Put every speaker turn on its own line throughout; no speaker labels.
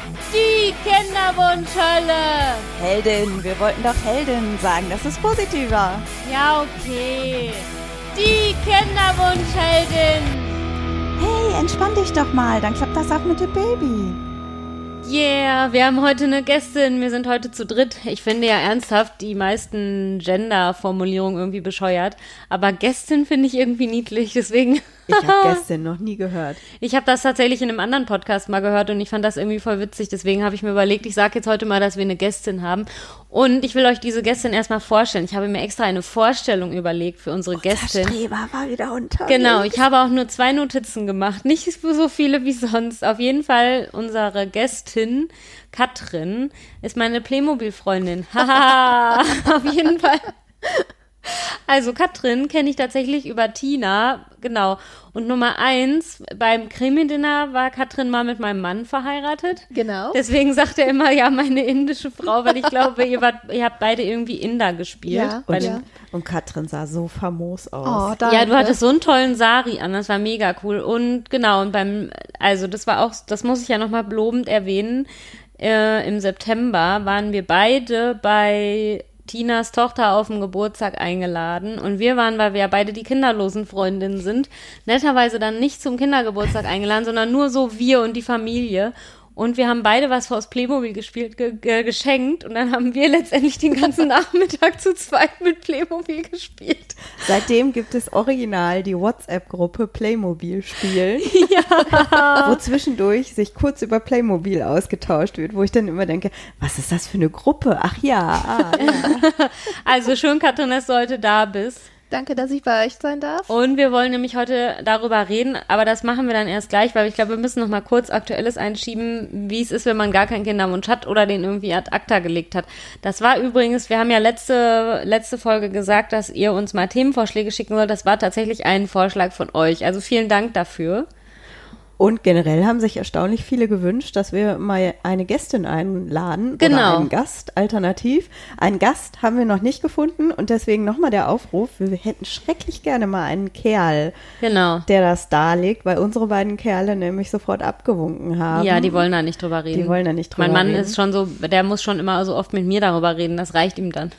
Die Kinderwunschhölle.
Heldin, wir wollten doch Heldin sagen, das ist positiver.
Ja, okay. Die Kinderwunschheldin.
Hey, entspann dich doch mal, dann klappt das auch mit dem Baby.
Yeah, wir haben heute eine Gästin, wir sind heute zu dritt. Ich finde ja ernsthaft die meisten Gender-Formulierungen irgendwie bescheuert, aber Gästin finde ich irgendwie niedlich, deswegen...
Ich habe Gästin noch nie gehört.
Ich habe das tatsächlich in einem anderen Podcast mal gehört und ich fand das irgendwie voll witzig, deswegen habe ich mir überlegt, ich sage jetzt heute mal, dass wir eine Gästin haben und ich will euch diese Gästin erstmal vorstellen. Ich habe mir extra eine Vorstellung überlegt für unsere Gästin.
Streber war wieder unterwegs.
Genau, ich habe auch nur 2 Notizen gemacht, nicht so viele wie sonst. Auf jeden Fall unsere Gästin, Katrin, ist meine Playmobil-Freundin. Haha, auf jeden Fall. Also Katrin kenne ich tatsächlich über Tina, genau. Und Nummer 1, beim Krimi-Dinner war Katrin mal mit meinem Mann verheiratet.
Genau.
Deswegen sagt er immer, ja, meine indische Frau, weil ich glaube, ihr habt beide irgendwie Inder gespielt.
Ja,
und Katrin sah so famos aus.
Oh, danke.
Ja, du hattest so einen tollen Sari an, das war mega cool. Und genau, und das muss ich ja nochmal lobend erwähnen, im September waren wir beide bei Tinas Tochter auf dem Geburtstag eingeladen und wir waren, weil wir ja beide die kinderlosen Freundinnen sind, netterweise dann nicht zum Kindergeburtstag eingeladen, sondern nur so wir und die Familie. Und wir haben beide was aus Playmobil gespielt, geschenkt und dann haben wir letztendlich den ganzen Nachmittag zu zweit mit Playmobil gespielt.
Seitdem gibt es original die WhatsApp-Gruppe Playmobil spielen, ja. Wo zwischendurch sich kurz über Playmobil ausgetauscht wird, wo ich dann immer denke, was ist das für eine Gruppe? Ach ja, ja.
Also schön, Katrin, dass du heute da bist.
Danke, dass ich bei euch sein darf.
Und wir wollen nämlich heute darüber reden, aber das machen wir dann erst gleich, weil ich glaube, wir müssen noch mal kurz Aktuelles einschieben, wie es ist, wenn man gar keinen Kinderwunsch hat oder den irgendwie ad acta gelegt hat. Das war übrigens, wir haben ja letzte Folge gesagt, dass ihr uns mal Themenvorschläge schicken sollt. Das war tatsächlich ein Vorschlag von euch. Also vielen Dank dafür.
Und generell haben sich erstaunlich viele gewünscht, dass wir mal eine Gästin einladen
genau.
Oder einen Gast alternativ. Einen Gast haben wir noch nicht gefunden und deswegen nochmal der Aufruf, wir hätten schrecklich gerne mal einen Kerl,
genau.
der das darlegt, weil unsere beiden Kerle nämlich sofort abgewunken haben.
Ja, die wollen da nicht drüber reden. Mein Mann ist schon so, der muss schon immer so oft mit mir darüber reden, das reicht ihm dann.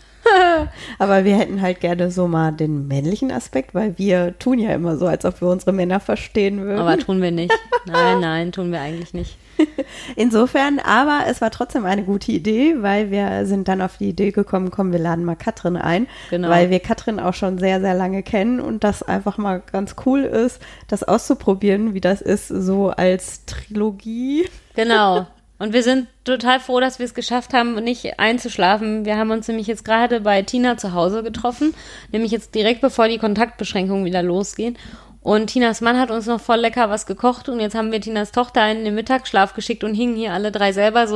Aber wir hätten halt gerne so mal den männlichen Aspekt, weil wir tun ja immer so, als ob wir unsere Männer verstehen würden.
Aber tun wir nicht. Nein, tun wir eigentlich nicht.
Insofern, aber es war trotzdem eine gute Idee, weil wir sind dann auf die Idee gekommen, komm, wir laden mal Katrin ein,
genau.
Weil wir Katrin auch schon sehr, sehr lange kennen und das einfach mal ganz cool ist, das auszuprobieren, wie das ist, so als Trilogie.
Genau. Und wir sind total froh, dass wir es geschafft haben, nicht einzuschlafen. Wir haben uns nämlich jetzt gerade bei Tina zu Hause getroffen, nämlich jetzt direkt bevor die Kontaktbeschränkungen wieder losgehen. Und Tinas Mann hat uns noch voll lecker was gekocht und jetzt haben wir Tinas Tochter in den Mittagsschlaf geschickt und hingen hier alle 3 selber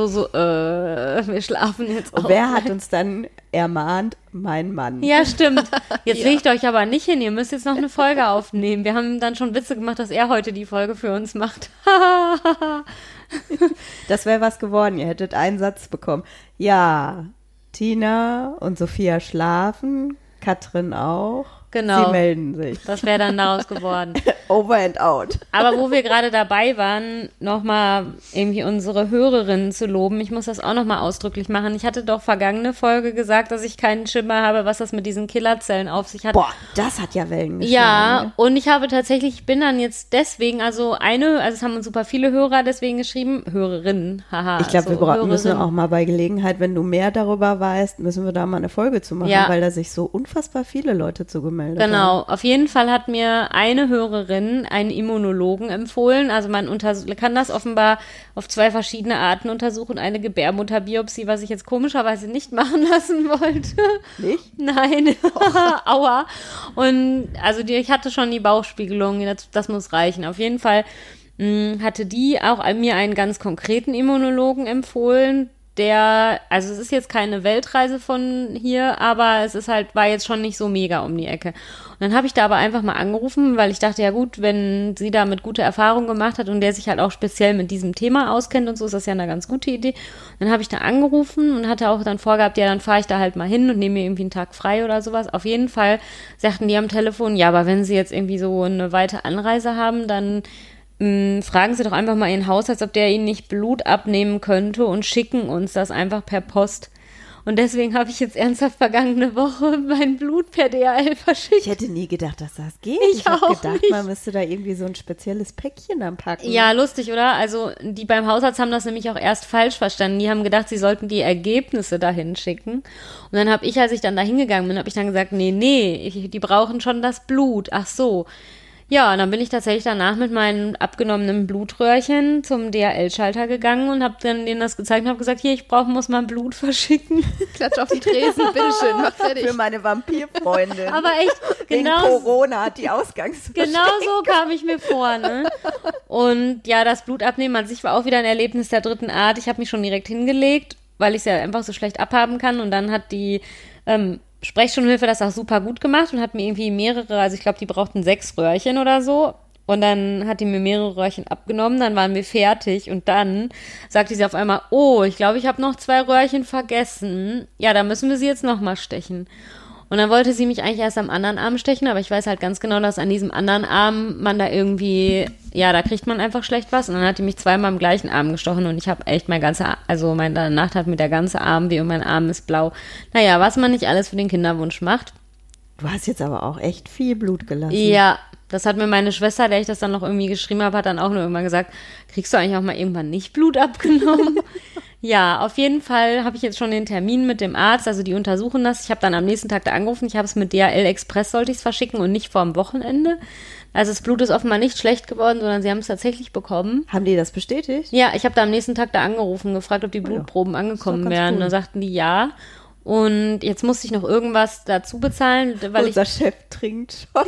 wir schlafen jetzt auch.
Wer hat uns dann ermahnt? Mein Mann.
Ja, stimmt. Jetzt legt euch aber nicht hin, ihr müsst jetzt noch eine Folge aufnehmen. Wir haben dann schon Witze gemacht, dass er heute die Folge für uns macht.
Das wäre was geworden, ihr hättet einen Satz bekommen. Ja, Tina und Sophia schlafen, Katrin auch.
Genau.
Sie melden sich.
Das wäre dann daraus geworden.
Over and out.
Aber wo wir gerade dabei waren, nochmal irgendwie unsere Hörerinnen zu loben, ich muss das auch nochmal ausdrücklich machen. Ich hatte doch vergangene Folge gesagt, dass ich keinen Schimmer habe, was das mit diesen Killerzellen auf sich hat.
Boah, das hat ja Wellen geschlagen.
Ja, und ich habe tatsächlich, ich bin dann jetzt deswegen, also es haben uns super viele Hörer deswegen geschrieben, Hörerinnen, haha.
Ich glaube, wir müssen
Hörerinnen.
auch mal bei Gelegenheit, wenn du mehr darüber weißt, müssen wir da mal eine Folge zu machen,
Ja.
weil da sich so unfassbar viele Leute zugemeldet haben.
Genau, auf jeden Fall hat mir eine Hörerin einen Immunologen empfohlen. Also man kann das offenbar auf 2 verschiedene Arten untersuchen. Eine Gebärmutterbiopsie, was ich jetzt komischerweise nicht machen lassen wollte.
Nicht?
Nein, aua. Und also ich hatte schon die Bauchspiegelung, das muss reichen. Auf jeden Fall hatte die auch mir einen ganz konkreten Immunologen empfohlen, also es ist jetzt keine Weltreise von hier, aber es ist war jetzt schon nicht so mega um die Ecke. Und dann habe ich da aber einfach mal angerufen, weil ich dachte, ja gut, wenn sie damit gute Erfahrungen gemacht hat und der sich halt auch speziell mit diesem Thema auskennt und so, ist das ja eine ganz gute Idee. Und dann habe ich da angerufen und hatte auch dann vorgehabt, ja, dann fahre ich da halt mal hin und nehme mir irgendwie einen Tag frei oder sowas. Auf jeden Fall sagten die am Telefon, ja, aber wenn sie jetzt irgendwie so eine weite Anreise haben, dann fragen Sie doch einfach mal Ihren Hausarzt, ob der Ihnen nicht Blut abnehmen könnte und schicken uns das einfach per Post. Und deswegen habe ich jetzt ernsthaft vergangene Woche mein Blut per DHL verschickt.
Ich hätte nie gedacht, dass das geht.
Ich habe
gedacht,
nicht.
Man müsste da irgendwie so ein spezielles Päckchen dann packen.
Ja, lustig, oder? Also die beim Hausarzt haben das nämlich auch erst falsch verstanden. Die haben gedacht, sie sollten die Ergebnisse dahin schicken. Und dann habe ich, als ich dann da hingegangen bin, habe ich dann gesagt, nee, die brauchen schon das Blut. Ach so. Ja, und dann bin ich tatsächlich danach mit meinem abgenommenen Blutröhrchen zum DHL-Schalter gegangen und habe dann denen das gezeigt und habe gesagt, hier, muss mal Blut verschicken.
Klatsch auf die Tresen, bitteschön, mach fertig.
Für meine Vampirfreundin.
Aber echt,
Wegen Corona hat die Ausgangsbeschränkung.
Genau so kam ich mir vor, ne? Und ja, das Blutabnehmen an sich war auch wieder ein Erlebnis der dritten Art. Ich habe mich schon direkt hingelegt, weil ich es ja einfach so schlecht abhaben kann. Und dann hat die Sprechstundenhilfe das auch super gut gemacht und hat mir irgendwie mehrere, also ich glaube, die brauchten 6 Röhrchen oder so. Und dann hat die mir mehrere Röhrchen abgenommen, dann waren wir fertig und dann sagte sie auf einmal, oh, ich glaube, ich habe noch 2 Röhrchen vergessen. Ja, da müssen wir sie jetzt nochmal stechen. Und dann wollte sie mich eigentlich erst am anderen Arm stechen, aber ich weiß halt ganz genau, dass an diesem anderen Arm man da irgendwie, ja, da kriegt man einfach schlecht was. Und dann hat die mich zweimal am gleichen Arm gestochen und ich habe echt meine Nacht hat mir der ganze Arm weh und mein Arm ist blau. Naja, was man nicht alles für den Kinderwunsch macht.
Du hast jetzt aber auch echt viel Blut gelassen.
Ja, das hat mir meine Schwester, der ich das dann noch irgendwie geschrieben habe, hat dann auch nur irgendwann gesagt, kriegst du eigentlich auch mal irgendwann nicht Blut abgenommen? Ja, auf jeden Fall habe ich jetzt schon den Termin mit dem Arzt, also die untersuchen das. Ich habe dann am nächsten Tag da angerufen, ich habe es mit DHL Express, sollte ich es verschicken und nicht vorm Wochenende. Also das Blut ist offenbar nicht schlecht geworden, sondern sie haben es tatsächlich bekommen.
Haben die das bestätigt?
Ja, ich habe da am nächsten Tag da angerufen, gefragt, ob die Blutproben angekommen wären.
Cool.
Da sagten die ja. Und jetzt musste ich noch irgendwas dazu bezahlen, weil
unser Chef trinkt schon.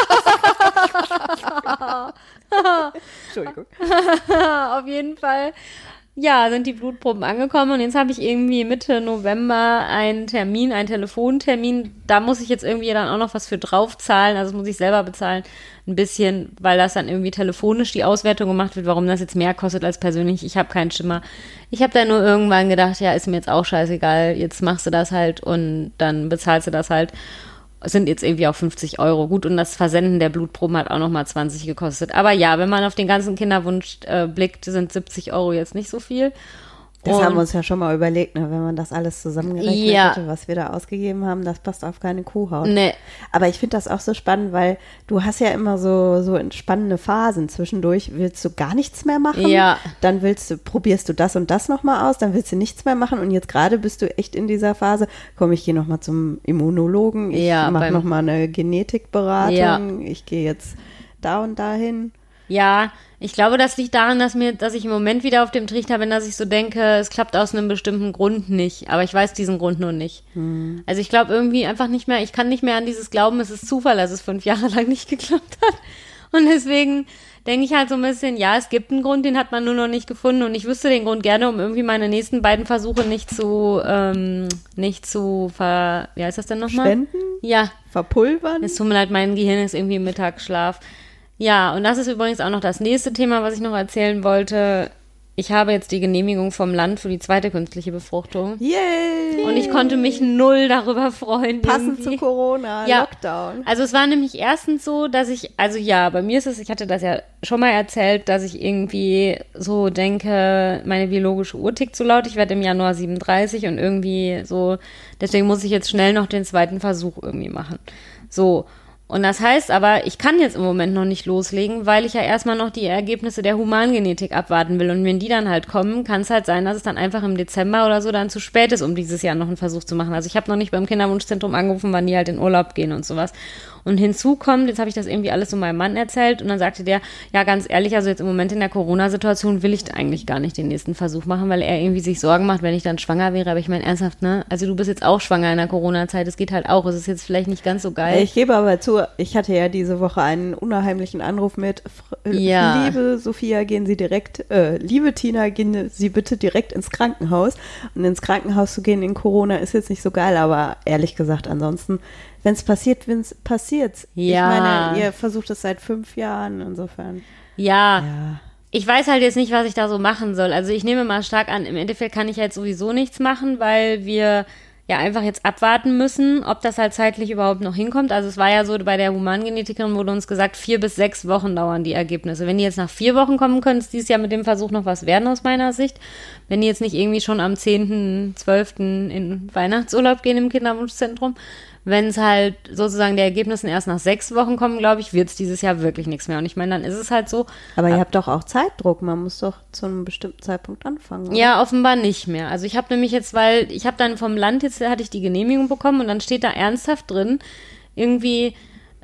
Entschuldigung.
Auf jeden Fall. Ja, sind die Blutproben angekommen und jetzt habe ich irgendwie Mitte November einen Telefontermin. Da muss ich jetzt irgendwie dann auch noch was für draufzahlen, also das muss ich selber bezahlen, ein bisschen, weil das dann irgendwie telefonisch die Auswertung gemacht wird, warum das jetzt mehr kostet als persönlich. Ich habe keinen Schimmer. Ich habe dann nur irgendwann gedacht, ja, ist mir jetzt auch scheißegal, jetzt machst du das halt und dann bezahlst du das halt. Es sind jetzt irgendwie auch 50 € gut und das Versenden der Blutproben hat auch nochmal 20 gekostet. Aber ja, wenn man auf den ganzen Kinderwunsch blickt, sind 70 € jetzt nicht so viel.
Das haben wir uns ja schon mal überlegt, ne? Wenn man das alles zusammengerechnet hätte, was wir da ausgegeben haben, das passt auf keine Kuhhaut.
Nee.
Aber ich finde das auch so spannend, weil du hast ja immer so entspannende Phasen. Zwischendurch willst du gar nichts mehr machen.
Ja.
Dann probierst du das und das nochmal aus, dann willst du nichts mehr machen. Und jetzt gerade bist du echt in dieser Phase, komm, ich gehe nochmal zum Immunologen, ich mache nochmal eine Genetikberatung, ich gehe jetzt da und dahin.
Ja, ich glaube, das liegt daran, dass ich im Moment wieder auf dem Trichter bin, dass ich so denke, es klappt aus einem bestimmten Grund nicht. Aber ich weiß diesen Grund nur nicht. Also ich glaube irgendwie einfach nicht mehr, ich kann nicht mehr an dieses Glauben, es ist Zufall, dass es 5 Jahre lang nicht geklappt hat. Und deswegen denke ich halt so ein bisschen, ja, es gibt einen Grund, den hat man nur noch nicht gefunden. Und ich wüsste den Grund gerne, um irgendwie meine nächsten beiden Versuche wie heißt das denn nochmal?
Spenden?
Ja.
Verpulvern?
Es tut mir leid, mein Gehirn ist irgendwie im Mittagsschlaf. Ja, und das ist übrigens auch noch das nächste Thema, was ich noch erzählen wollte. Ich habe jetzt die Genehmigung vom Land für die 2. künstliche Befruchtung.
Yay!
Und ich konnte mich null darüber freuen.
Passend
irgendwie.
zu Corona,
ja.
Lockdown.
Also es war nämlich erstens so, dass bei mir ist es, ich hatte das ja schon mal erzählt, dass ich irgendwie so denke, meine biologische Uhr tickt so laut. Ich werde im Januar 37 und irgendwie so, deswegen muss ich jetzt schnell noch den 2. Versuch irgendwie machen. So. Und das heißt aber, ich kann jetzt im Moment noch nicht loslegen, weil ich ja erstmal noch die Ergebnisse der Humangenetik abwarten will. Und wenn die dann halt kommen, kann es halt sein, dass es dann einfach im Dezember oder so dann zu spät ist, um dieses Jahr noch einen Versuch zu machen. Also ich habe noch nicht beim Kinderwunschzentrum angerufen, wann die halt in Urlaub gehen und sowas. Und hinzu kommt, jetzt habe ich das irgendwie alles so meinem Mann erzählt und dann sagte der, ja ganz ehrlich, also jetzt im Moment in der Corona-Situation will ich eigentlich gar nicht den nächsten Versuch machen, weil er irgendwie sich Sorgen macht, wenn ich dann schwanger wäre. Aber ich meine ernsthaft, ne? Also du bist jetzt auch schwanger in der Corona-Zeit, es geht halt auch. Es ist jetzt vielleicht nicht ganz so geil.
Ich gebe aber zu, ich hatte ja diese Woche einen unheimlichen Anruf mit, liebe Sophia, liebe Tina, gehen Sie bitte direkt ins Krankenhaus. Und ins Krankenhaus zu gehen in Corona ist jetzt nicht so geil, aber ehrlich gesagt, ansonsten, wenn es passiert, passiert's.
Ja.
Ich meine, ihr versucht es seit 5 Jahren, insofern.
Ja. Ich weiß halt jetzt nicht, was ich da so machen soll. Also ich nehme mal stark an, im Endeffekt kann ich halt sowieso nichts machen, weil wir ja einfach jetzt abwarten müssen, ob das halt zeitlich überhaupt noch hinkommt. Also es war ja so, bei der Humangenetikerin wurde uns gesagt, 4 bis 6 Wochen dauern die Ergebnisse. Wenn die jetzt nach 4 Wochen kommen, könnte es dieses Jahr mit dem Versuch noch was werden aus meiner Sicht. Wenn die jetzt nicht irgendwie schon am 10.12. in Weihnachtsurlaub gehen im Kinderwunschzentrum. Wenn es halt sozusagen der Ergebnisse erst nach 6 Wochen kommen, glaube ich, wird es dieses Jahr wirklich nichts mehr. Und ich meine, dann ist es halt so.
Aber ihr habt doch auch Zeitdruck. Man muss doch zu einem bestimmten Zeitpunkt anfangen, oder?
Ja, offenbar nicht mehr. Also ich habe nämlich jetzt, weil ich habe dann vom Land jetzt, hatte ich die Genehmigung bekommen und dann steht da ernsthaft drin, irgendwie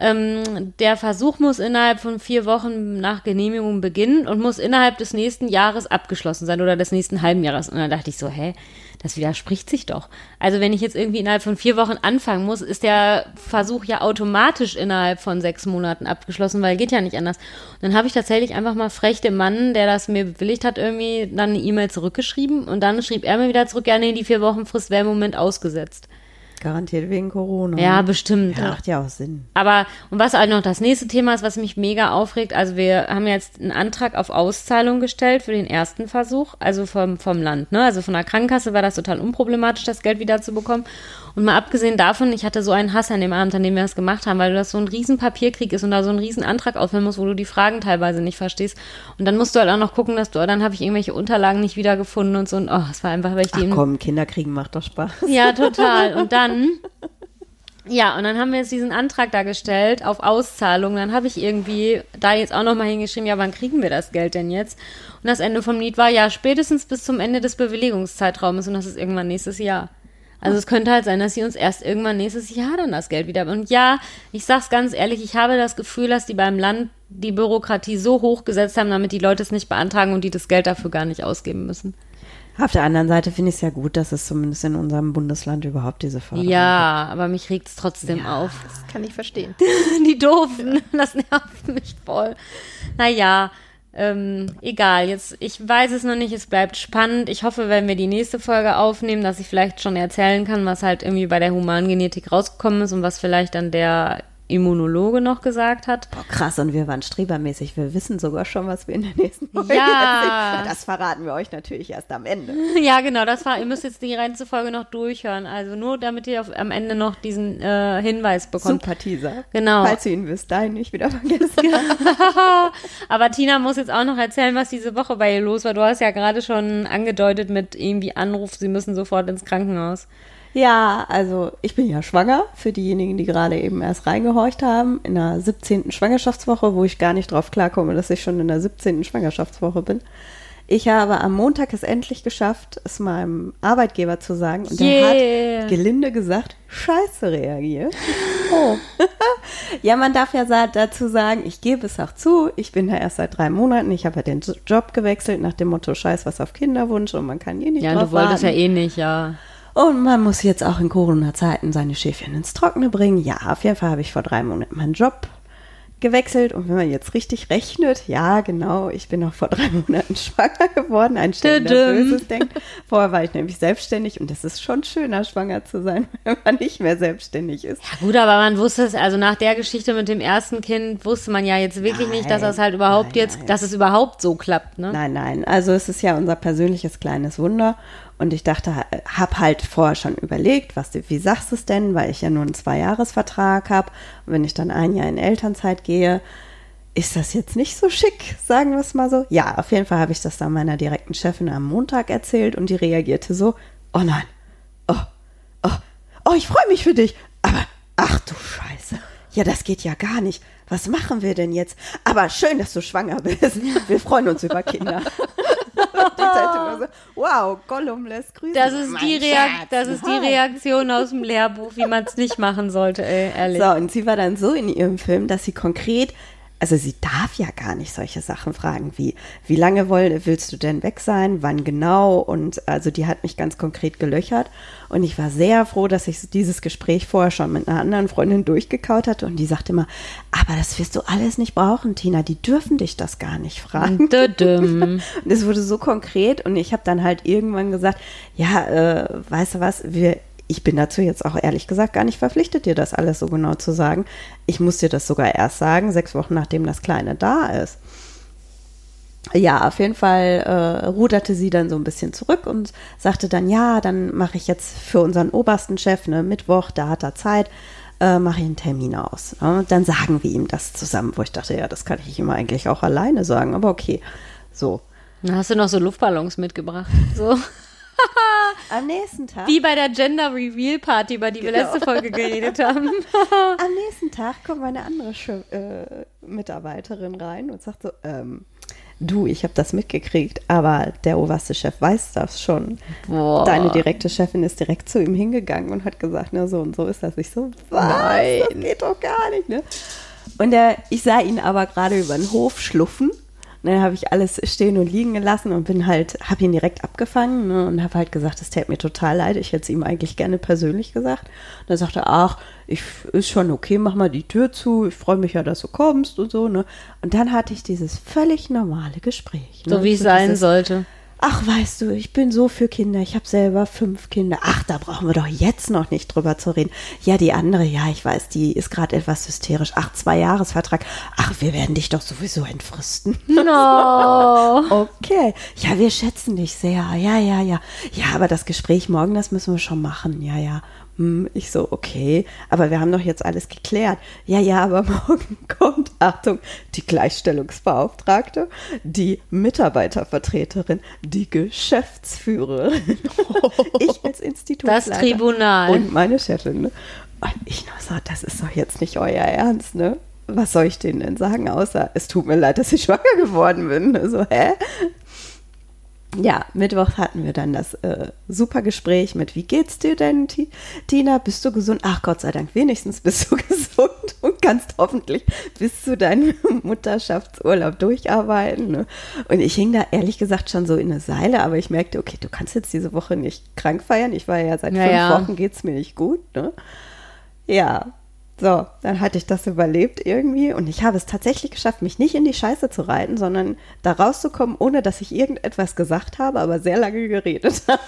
der Versuch muss innerhalb von 4 Wochen nach Genehmigung beginnen und muss innerhalb des nächsten Jahres abgeschlossen sein oder des nächsten halben Jahres. Und dann dachte ich so, das widerspricht sich doch. Also wenn ich jetzt irgendwie innerhalb von 4 Wochen anfangen muss, ist der Versuch ja automatisch innerhalb von 6 Monaten abgeschlossen, weil geht ja nicht anders. Und dann habe ich tatsächlich einfach mal frech dem Mann, der das mir bewilligt hat, irgendwie dann eine E-Mail zurückgeschrieben und dann schrieb er mir wieder zurück, ja nee, die 4 Wochen Frist wäre im Moment ausgesetzt.
Garantiert wegen Corona.
Ja, bestimmt.
Ja, macht ja auch Sinn.
Aber, und was halt noch das nächste Thema ist, was mich mega aufregt, also wir haben jetzt einen Antrag auf Auszahlung gestellt für den ersten Versuch, also vom Land, ne? Also von der Krankenkasse war das total unproblematisch, das Geld wieder zu bekommen. Und mal abgesehen davon, ich hatte so einen Hass an dem Abend, an dem wir das gemacht haben, weil das so ein riesen Papierkrieg ist und da so ein riesen Antrag ausfüllen musst, wo du die Fragen teilweise nicht verstehst. Und dann musst du halt auch noch gucken, dann habe ich irgendwelche Unterlagen nicht wiedergefunden und so. Und es war einfach, weil ich die...
Ach komm, Kinderkriegen macht doch Spaß.
Ja, total. Und dann haben wir jetzt diesen Antrag da gestellt auf Auszahlung. Dann habe ich irgendwie da jetzt auch nochmal hingeschrieben, ja, wann kriegen wir das Geld denn jetzt? Und das Ende vom Lied war, ja, spätestens bis zum Ende des Bewilligungszeitraumes und das ist irgendwann nächstes Jahr. Also es könnte halt sein, dass sie uns erst irgendwann nächstes Jahr dann das Geld wieder... Und ja, ich sag's ganz ehrlich, ich habe das Gefühl, dass die beim Land die Bürokratie so hochgesetzt haben, damit die Leute es nicht beantragen und die das Geld dafür gar nicht ausgeben müssen.
Auf der anderen Seite finde ich es ja gut, dass es zumindest in unserem Bundesland überhaupt diese Förderung gibt.
Ja, aber mich regt es trotzdem auf.
Das kann ich verstehen.
Die Doofen, das nervt mich voll. Naja, egal, jetzt, ich weiß es noch nicht, es bleibt spannend. Ich hoffe, wenn wir die nächste Folge aufnehmen, dass ich vielleicht schon erzählen kann, was halt irgendwie bei der Humangenetik rausgekommen ist und was vielleicht dann der Immunologe noch gesagt hat.
Boah, krass, und wir waren strebermäßig. Wir wissen sogar schon, was wir in der nächsten Folge
erzählen.
Das verraten wir euch natürlich erst am Ende.
Ja, genau, ihr müsst jetzt die ganze Folge noch durchhören. Also nur, damit ihr am Ende noch diesen Hinweis bekommt.
Super Teaser.
Genau.
Falls ihr ihn bis dahin nicht wieder vergessen habt.
Aber Tina muss jetzt auch noch erzählen, was diese Woche bei ihr los war. Du hast ja gerade schon angedeutet mit irgendwie Anruf, sie müssen sofort ins Krankenhaus.
Ja, also ich bin ja schwanger, für diejenigen, die gerade eben erst reingehorcht haben, in der 17. Schwangerschaftswoche, wo ich gar nicht drauf klarkomme, dass ich schon in der 17. Schwangerschaftswoche bin. Ich habe am Montag es endlich geschafft, es meinem Arbeitgeber zu sagen und der hat gelinde gesagt, scheiße reagiert. Oh. Ja, man darf ja dazu sagen, ich gebe es auch zu, ich bin da erst seit 3 Monaten, ich habe ja den Job gewechselt nach dem Motto, scheiß was auf Kinderwunsch und man kann nicht
drauf
warten.
Ja, du wolltest ja nicht, ja.
Und man muss jetzt auch in Corona-Zeiten seine Schäfchen ins Trockene bringen. Ja, auf jeden Fall habe ich vor 3 Monaten meinen Job gewechselt. Und wenn man jetzt richtig rechnet, ja, genau, ich bin auch vor 3 Monaten schwanger geworden. Ein Stellen, der Böses denkt. Vorher war ich nämlich selbstständig und es ist schon schöner, schwanger zu sein, wenn man nicht mehr selbstständig ist.
Ja gut, aber man wusste es, also nach der Geschichte mit dem ersten Kind wusste man ja jetzt wirklich nicht, dass das halt überhaupt dass es überhaupt so klappt, ne?
Nein, also es ist ja unser persönliches kleines Wunder. Und ich dachte, habe halt vorher schon überlegt, wie sagst du es denn, weil ich ja nur einen 2-Jahres-Vertrag habe. Und wenn ich dann 1 Jahr in Elternzeit gehe, ist das jetzt nicht so schick, sagen wir es mal so. Ja, auf jeden Fall habe ich das dann meiner direkten Chefin am Montag erzählt und die reagierte so, oh nein, oh, ich freue mich für dich, aber ach du Scheiße, ja, das geht ja gar nicht. Was machen wir denn jetzt? Aber schön, dass du schwanger bist. Wir freuen uns über Kinder. Und ich dachte immer so, wow, Gollum lässt grüßen.
Das ist die Reaktion aus dem Lehrbuch, wie man es nicht machen sollte, ehrlich.
So, und sie war dann so in ihrem Film, dass sie konkret, also sie darf ja gar nicht solche Sachen fragen wie lange willst du denn weg sein, wann genau, und also die hat mich ganz konkret gelöchert und ich war sehr froh, dass ich dieses Gespräch vorher schon mit einer anderen Freundin durchgekaut hatte und die sagte immer, aber das wirst du alles nicht brauchen, Tina, die dürfen dich das gar nicht fragen. Und es wurde so konkret und ich habe dann halt irgendwann gesagt, ja, weißt du was, ich bin dazu jetzt auch ehrlich gesagt gar nicht verpflichtet, dir das alles so genau zu sagen. Ich muss dir das sogar erst sagen, 6 Wochen nachdem das Kleine da ist. Ja, auf jeden Fall ruderte sie dann so ein bisschen zurück und sagte dann, ja, dann mache ich jetzt für unseren obersten Chef, ne, Mittwoch, da hat er Zeit, mache ich einen Termin aus. Ne? Dann sagen wir ihm das zusammen, wo ich dachte, ja, das kann ich ihm eigentlich auch alleine sagen, aber okay, so.
Dann hast du noch so Luftballons mitgebracht, so.
Am nächsten Tag.
Wie bei der Gender Reveal Party, über die wir letzte Folge geredet haben.
Am nächsten Tag kommt meine andere Mitarbeiterin rein und sagt so, du, ich habe das mitgekriegt, aber der oberste Chef weiß das schon.
Boah.
Deine direkte Chefin ist direkt zu ihm hingegangen und hat gesagt, na so und so ist das. Ich so, was?
Nein.
Das geht doch gar nicht, ne? Und ich sah ihn aber gerade über den Hof schluffen. Und dann habe ich alles stehen und liegen gelassen und habe ihn direkt abgefangen, ne, und habe halt gesagt, es täte mir total leid, ich hätte es ihm eigentlich gerne persönlich gesagt. Und dann sagte er, ach, ist schon okay, mach mal die Tür zu, ich freue mich ja, dass du kommst und so, ne. Und dann hatte ich dieses völlig normale Gespräch. Ne?
So wie es sein sollte.
Ach, weißt du, ich bin so für Kinder, ich habe selber 5 Kinder. Ach, da brauchen wir doch jetzt noch nicht drüber zu reden. Ja, die andere, ja, ich weiß, die ist gerade etwas hysterisch. Ach, 2-Jahres-Vertrag. Ach, wir werden dich doch sowieso entfristen.
No.
Okay. Ja, wir schätzen dich sehr. Ja. Ja, aber das Gespräch morgen, das müssen wir schon machen. Ja. Ich so, okay, aber wir haben doch jetzt alles geklärt. Ja, aber morgen kommt, Achtung, die Gleichstellungsbeauftragte, die Mitarbeitervertreterin, die Geschäftsführerin, ich als Institutsleiter.
Das Tribunal.
Und meine Chefin. Ne? Und ich noch so, das ist doch jetzt nicht euer Ernst, ne? Was soll ich denen denn sagen, außer, es tut mir leid, dass ich schwanger geworden bin. So, hä? Ja, Mittwoch hatten wir dann das super Gespräch mit, wie geht's dir denn, Tina? Bist du gesund? Ach, Gott sei Dank, wenigstens bist du gesund und kannst hoffentlich bis zu deinem Mutterschaftsurlaub durcharbeiten. Ne? Und ich hing da ehrlich gesagt schon so in eine Seile, aber ich merkte, okay, du kannst jetzt diese Woche nicht krank feiern. Ich war ja seit 5 Wochen, geht's mir nicht gut. Ne? Ja. So, dann hatte ich das überlebt irgendwie und ich habe es tatsächlich geschafft, mich nicht in die Scheiße zu reiten, sondern da rauszukommen, ohne dass ich irgendetwas gesagt habe, aber sehr lange geredet habe.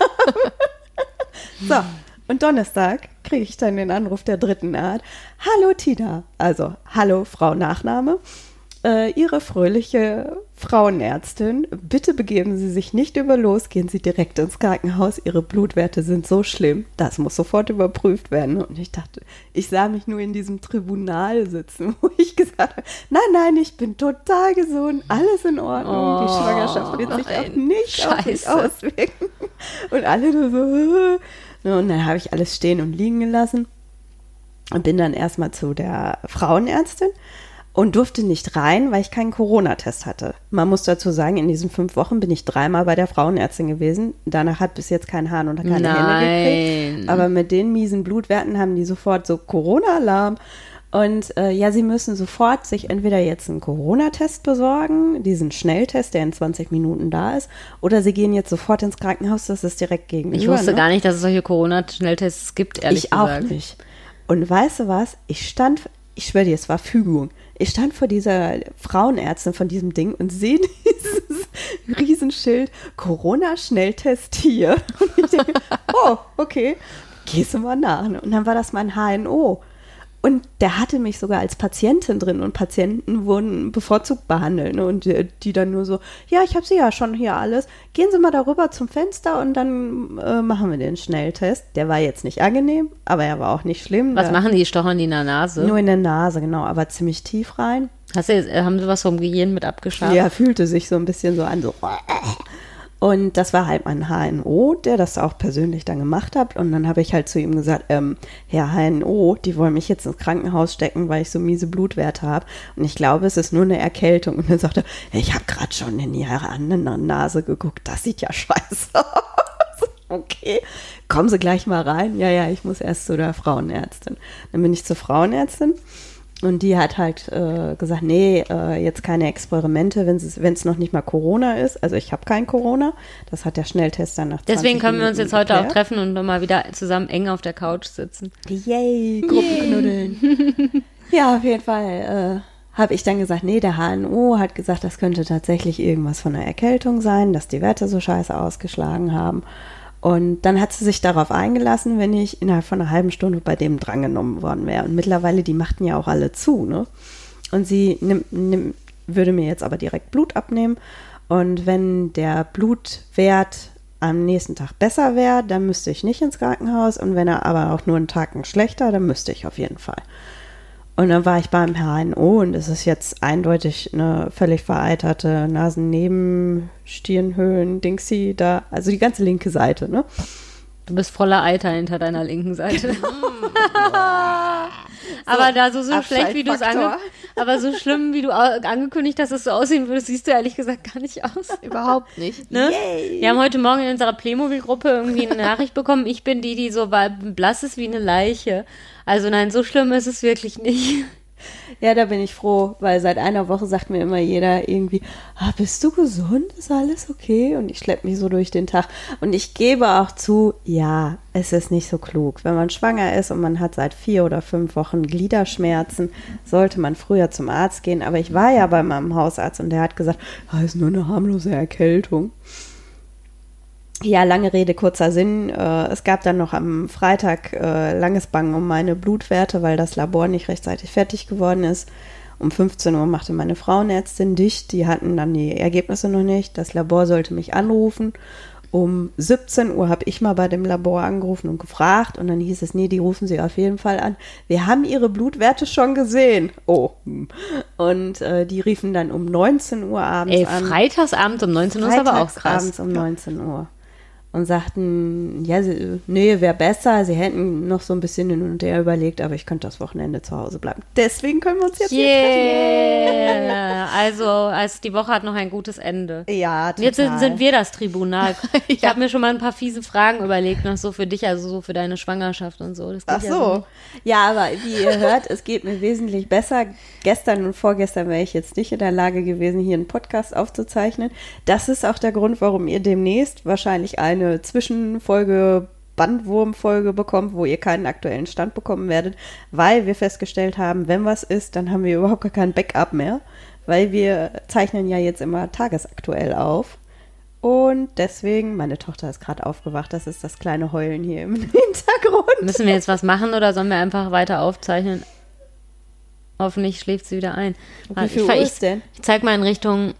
So, und Donnerstag kriege ich dann den Anruf der dritten Art. Hallo Tina, also hallo Frau Nachname. Ihre fröhliche Frauenärztin, bitte begeben Sie sich nicht über los, gehen Sie direkt ins Krankenhaus, Ihre Blutwerte sind so schlimm, das muss sofort überprüft werden. Und ich dachte, ich sah mich nur in diesem Tribunal sitzen, wo ich gesagt habe, nein, ich bin total gesund, alles in Ordnung, die Schwangerschaft wird sich auch nicht auf mich auswirken. Und alle nur so, und dann habe ich alles stehen und liegen gelassen und bin dann erstmal zu der Frauenärztin. Und durfte nicht rein, weil ich keinen Corona-Test hatte. Man muss dazu sagen, in diesen 5 Wochen bin ich 3-mal bei der Frauenärztin gewesen. Danach hat bis jetzt kein Hahn oder keine Hände gekriegt. Aber mit den miesen Blutwerten haben die sofort so Corona-Alarm. Und ja, sie müssen sofort sich entweder jetzt einen Corona-Test besorgen, diesen Schnelltest, der in 20 Minuten da ist, oder sie gehen jetzt sofort ins Krankenhaus, das ist direkt gegenüber.
Ich wusste gar nicht, dass es solche Corona-Schnelltests gibt, ehrlich gesagt.
Ich auch nicht. Und weißt du was? Ich schwöre dir, es war Fügung. Ich stand vor dieser Frauenärztin von diesem Ding und sehe dieses Riesenschild Corona-Schnelltest hier. Und ich denke, oh, okay, gehst du mal nach. Und dann war das mein HNO. Und der hatte mich sogar als Patientin drin und Patienten wurden bevorzugt behandelt. Ne? Und die dann nur so, ja, ich habe sie ja schon hier alles. Gehen Sie mal darüber zum Fenster und dann machen wir den Schnelltest. Der war jetzt nicht angenehm, aber er war auch nicht schlimm.
Was machen die? Stochern die in der Nase?
Nur in der Nase, genau, aber ziemlich tief rein.
Haben Sie was vom Gehirn mit abgeschabt?
Ja, fühlte sich so ein bisschen so an, so. Und das war halt mein HNO, der das auch persönlich dann gemacht hat. Und dann habe ich halt zu ihm gesagt, Herr HNO, die wollen mich jetzt ins Krankenhaus stecken, weil ich so miese Blutwerte habe. Und ich glaube, es ist nur eine Erkältung. Und dann sagte er, ich habe gerade schon in Ihre andere Nase geguckt. Das sieht ja scheiße aus. Okay, kommen Sie gleich mal rein. Ja, ich muss erst zu der Frauenärztin. Dann bin ich zur Frauenärztin. Und die hat halt gesagt, nee, jetzt keine Experimente, wenn es noch nicht mal Corona ist. Also ich habe kein Corona. Das hat der Schnelltest dann nach 20
Deswegen können wir uns jetzt heute
erklärt.
auch treffen und mal wieder zusammen eng auf der Couch sitzen.
Yay, Gruppenknuddeln. Ja, auf jeden Fall habe ich dann gesagt, nee, der HNO hat gesagt, das könnte tatsächlich irgendwas von einer Erkältung sein, dass die Werte so scheiße ausgeschlagen haben. Und dann hat sie sich darauf eingelassen, wenn ich innerhalb von einer halben Stunde bei dem drangenommen worden wäre. Und mittlerweile, die machten ja auch alle zu, ne? Und sie würde mir jetzt aber direkt Blut abnehmen Und wenn der Blutwert am nächsten Tag besser wäre, dann müsste ich nicht ins Krankenhaus. Und wenn er aber auch nur einen Tag schlechter, dann müsste ich auf jeden Fall. Und dann war ich beim HNO und es ist jetzt eindeutig eine völlig vereiterte Nasennebenstiernhöhlen-Dingsy da, also die ganze linke Seite, ne?
Du bist voller Eiter hinter deiner linken Seite. Aber da so schlecht, wie du es aber so schlimm, wie du angekündigt hast, dass du aussehen würdest, siehst du ehrlich gesagt gar nicht aus.
Überhaupt nicht.
Ne? Wir haben heute Morgen in unserer Playmobil-Gruppe irgendwie eine Nachricht bekommen, ich bin die so blass ist wie eine Leiche. Also nein, so schlimm ist es wirklich nicht.
Ja, da bin ich froh, weil seit einer Woche sagt mir immer jeder irgendwie, bist du gesund? Ist alles okay? Und ich schleppe mich so durch den Tag. Und ich gebe auch zu, ja, es ist nicht so klug. Wenn man schwanger ist und man hat seit 4 oder 5 Wochen Gliederschmerzen, sollte man früher zum Arzt gehen. Aber ich war ja bei meinem Hausarzt und der hat gesagt, ist nur eine harmlose Erkältung. Ja, lange Rede, kurzer Sinn. Es gab dann noch am Freitag langes Bangen um meine Blutwerte, weil das Labor nicht rechtzeitig fertig geworden ist. Um 15 Uhr machte meine Frauenärztin dicht. Die hatten dann die Ergebnisse noch nicht. Das Labor sollte mich anrufen. Um 17 Uhr habe ich mal bei dem Labor angerufen und gefragt. Und dann hieß es, nee, die rufen Sie auf jeden Fall an. Wir haben Ihre Blutwerte schon gesehen. Oh. Und die riefen dann um 19 Uhr abends an.
Freitagsabends um 19 Uhr ist aber auch krass.
Freitagsabends um 19 Uhr. Und sagten, ja, nee, wäre besser. Sie hätten noch so ein bisschen hin und her überlegt, aber ich könnte das Wochenende zu Hause bleiben. Deswegen können wir uns jetzt hier treffen.
Also die Woche hat noch ein gutes Ende.
Ja, total.
Jetzt sind wir das Tribunal. Ich habe mir schon mal ein paar fiese Fragen überlegt, noch so für dich, also so für deine Schwangerschaft und so. Das geht
Ach so. Ja, aber wie ihr hört, es geht mir wesentlich besser. Gestern und vorgestern wäre ich jetzt nicht in der Lage gewesen, hier einen Podcast aufzuzeichnen. Das ist auch der Grund, warum ihr demnächst wahrscheinlich eine Zwischenfolge, Bandwurmfolge bekommt, wo ihr keinen aktuellen Stand bekommen werdet, weil wir festgestellt haben, wenn was ist, dann haben wir überhaupt gar kein Backup mehr, weil wir zeichnen ja jetzt immer tagesaktuell auf. Und deswegen, meine Tochter ist gerade aufgewacht, das ist das kleine Heulen hier im Hintergrund.
Müssen wir jetzt was machen oder sollen wir einfach weiter aufzeichnen? Hoffentlich schläft sie wieder ein.
Wie viel Uhr ist denn?
Ich zeig mal in Richtung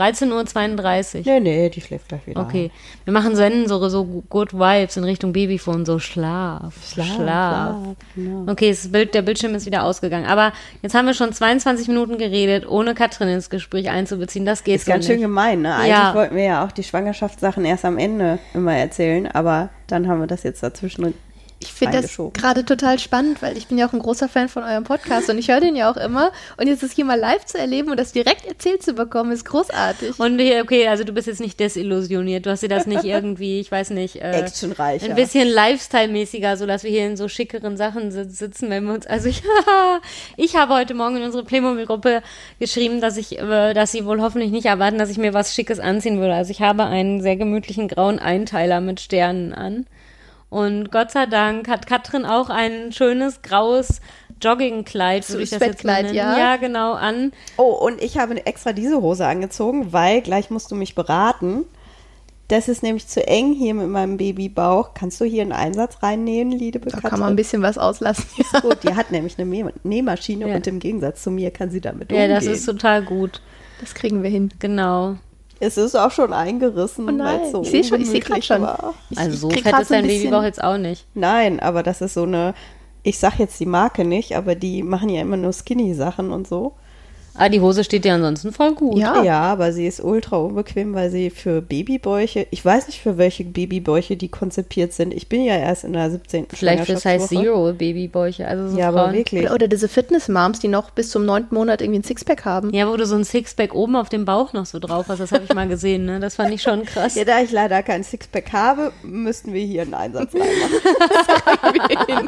13:32 Uhr.
Nee, die schläft gleich wieder.
Okay, wir machen Senden so Good Vibes in Richtung Babyphone, so Schlaf.
Genau.
Okay, der Bildschirm ist wieder ausgegangen. Aber jetzt haben wir schon 22 Minuten geredet, ohne Katrin ins Gespräch einzubeziehen. Das geht
so nicht. Ist ganz schön gemein, ne? Eigentlich wollten wir ja auch die Schwangerschaftssachen erst am Ende immer erzählen, aber dann haben wir das jetzt dazwischen.
Ich finde das gerade total spannend, weil ich bin ja auch ein großer Fan von eurem Podcast und ich höre den ja auch immer. Und jetzt das hier mal live zu erleben und das direkt erzählt zu bekommen, ist großartig.
Und okay, also du bist jetzt nicht desillusioniert. Du hast dir das nicht irgendwie, ich weiß nicht,
actionreicher.
Ein bisschen Lifestyle-mäßiger, so dass wir hier in so schickeren Sachen sitzen, wenn wir uns, also ich habe heute Morgen in unsere Playmobil-Gruppe geschrieben, dass sie wohl hoffentlich nicht erwarten, dass ich mir was Schickes anziehen würde. Also ich habe einen sehr gemütlichen grauen Einteiler mit Sternen an. Und Gott sei Dank hat Katrin auch ein schönes graues Joggingkleid, würde ich das jetzt mal nennen. Ja, genau, an.
Oh, und ich habe extra diese Hose angezogen, weil gleich musst du mich beraten. Das ist nämlich zu eng hier mit meinem Babybauch. Kannst du hier einen Einsatz reinnähen, liebe Katrin?
Da kann man ein bisschen was auslassen.
Ist gut, die hat nämlich eine Nähmaschine und im Gegensatz zu mir kann sie damit umgehen.
Ja, das ist total gut.
Das kriegen wir hin.
Genau.
Es ist auch schon eingerissen, weil es so ungemütlich
ich sehe gerade schon.
Also so fett ist dein Babybauch jetzt auch nicht.
Nein, aber das ist so eine, ich sag jetzt die Marke nicht, aber die machen ja immer nur Skinny-Sachen und so.
Ah, die Hose steht dir ansonsten voll gut.
Ja, aber sie ist ultra unbequem, weil sie für Babybäuche, ich weiß nicht, für welche Babybäuche die konzipiert sind. Ich bin ja erst in der 17.
Vielleicht für Size Zero Babybäuche. Also so
ja,
Frauen.
Aber wirklich.
Oder diese Fitness-Moms, die noch bis zum 9. Monat irgendwie ein Sixpack haben.
Ja, wo du so ein Sixpack oben auf dem Bauch noch so drauf hast, das habe ich mal gesehen, ne? Das fand ich schon krass.
Ja, da ich leider kein Sixpack habe, müssten wir hier einen Einsatz reinmachen.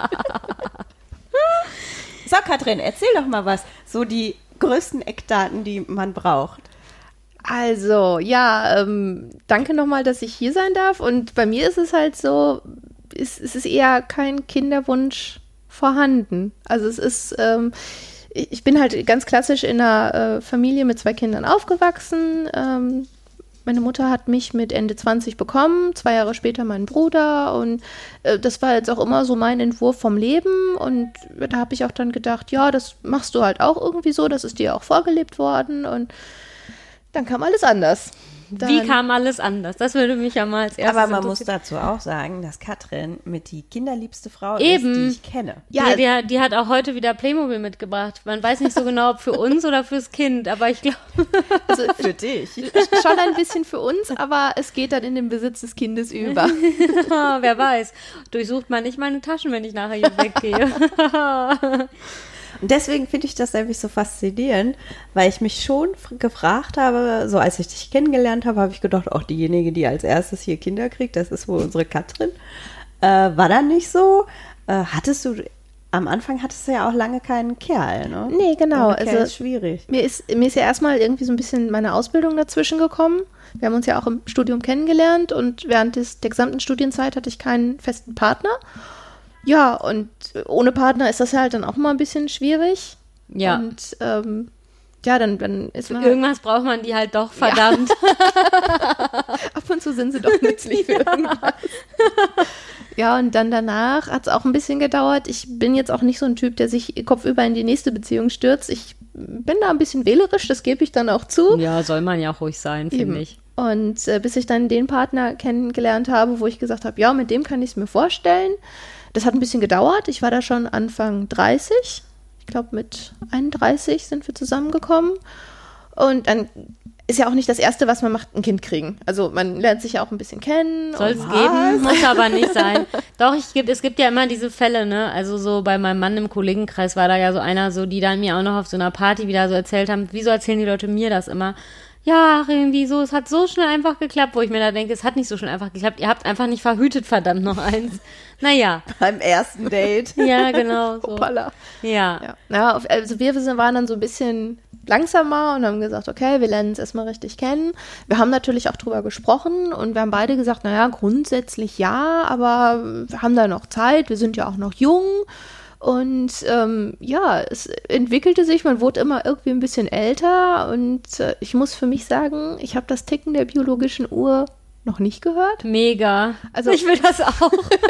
So, Katrin, erzähl doch mal was. So die größten Eckdaten, die man braucht.
Also, ja, danke nochmal, dass ich hier sein darf. Und bei mir ist es halt so, es ist eher kein Kinderwunsch vorhanden. Also es ist, ich bin halt ganz klassisch in einer Familie mit 2 Kindern aufgewachsen. Meine Mutter hat mich mit Ende 20 bekommen, 2 Jahre später meinen Bruder und das war jetzt auch immer so mein Entwurf vom Leben und da habe ich auch dann gedacht, ja, das machst du halt auch irgendwie so, das ist dir auch vorgelebt worden und dann kam alles anders.
Wie kam alles anders? Das würde mich ja mal als erstes
Aber man muss dazu auch sagen, dass Katrin mit die kinderliebste Frau ist, die ich kenne.
Ja, die hat auch heute wieder Playmobil mitgebracht. Man weiß nicht so genau, ob für uns oder fürs Kind, aber ich glaube...
Also für dich. Schon ein bisschen für uns, aber es geht dann in den Besitz des Kindes über.
Wer weiß. Durchsucht man nicht meine Taschen, wenn ich nachher hier weggehe.
Und deswegen finde ich das nämlich so faszinierend, weil ich mich schon gefragt habe, so als ich dich kennengelernt habe, habe ich gedacht, auch diejenige, die als erstes hier Kinder kriegt, das ist wohl unsere Katrin. War dann nicht so? Am Anfang hattest du ja auch lange keinen Kerl, ne?
Nee, genau.
Also ist schwierig.
Mir ist ja erstmal irgendwie so ein bisschen meine Ausbildung dazwischen gekommen. Wir haben uns ja auch im Studium kennengelernt und während der gesamten Studienzeit hatte ich keinen festen Partner. Ja, und ohne Partner ist das ja halt dann auch mal ein bisschen schwierig.
Ja.
Und dann ist man
irgendwas braucht man die halt doch, verdammt.
Ja. Ab und zu sind sie doch nützlich für irgendwas. Ja, und dann danach hat es auch ein bisschen gedauert. Ich bin jetzt auch nicht so ein Typ, der sich kopfüber in die nächste Beziehung stürzt. Ich bin da ein bisschen wählerisch, das gebe ich dann auch zu.
Ja, soll man ja auch ruhig sein, finde ich.
Und bis ich dann den Partner kennengelernt habe, wo ich gesagt habe, ja, mit dem kann ich es mir vorstellen. Das hat ein bisschen gedauert. Ich war da schon Anfang 30. Ich glaube, mit 31 sind wir zusammengekommen. Und dann ist ja auch nicht das Erste, was man macht, ein Kind kriegen. Also man lernt sich ja auch ein bisschen kennen.
Soll es geben, muss aber nicht sein. Doch, es gibt ja immer diese Fälle, ne? Also so bei meinem Mann im Kollegenkreis war da ja so einer, so die dann mir auch noch auf so einer Party wieder so erzählt haben, wieso erzählen die Leute mir das immer? Ja, irgendwie so, es hat so schnell einfach geklappt, wo ich mir da denke, es hat nicht so schnell einfach geklappt. Ihr habt einfach nicht verhütet, verdammt noch eins. Naja.
Beim ersten Date.
Ja, genau. So.
Hoppala.
Ja.
Ja, also wir waren dann so ein bisschen langsamer und haben gesagt, okay, wir lernen uns erstmal richtig kennen. Wir haben natürlich auch drüber gesprochen und wir haben beide gesagt, naja, grundsätzlich ja, aber wir haben da noch Zeit, wir sind ja auch noch jung. Und es entwickelte sich, man wurde immer irgendwie ein bisschen älter und ich muss für mich sagen, ich habe das Ticken der biologischen Uhr noch nicht gehört.
Mega. Also ich will das auch.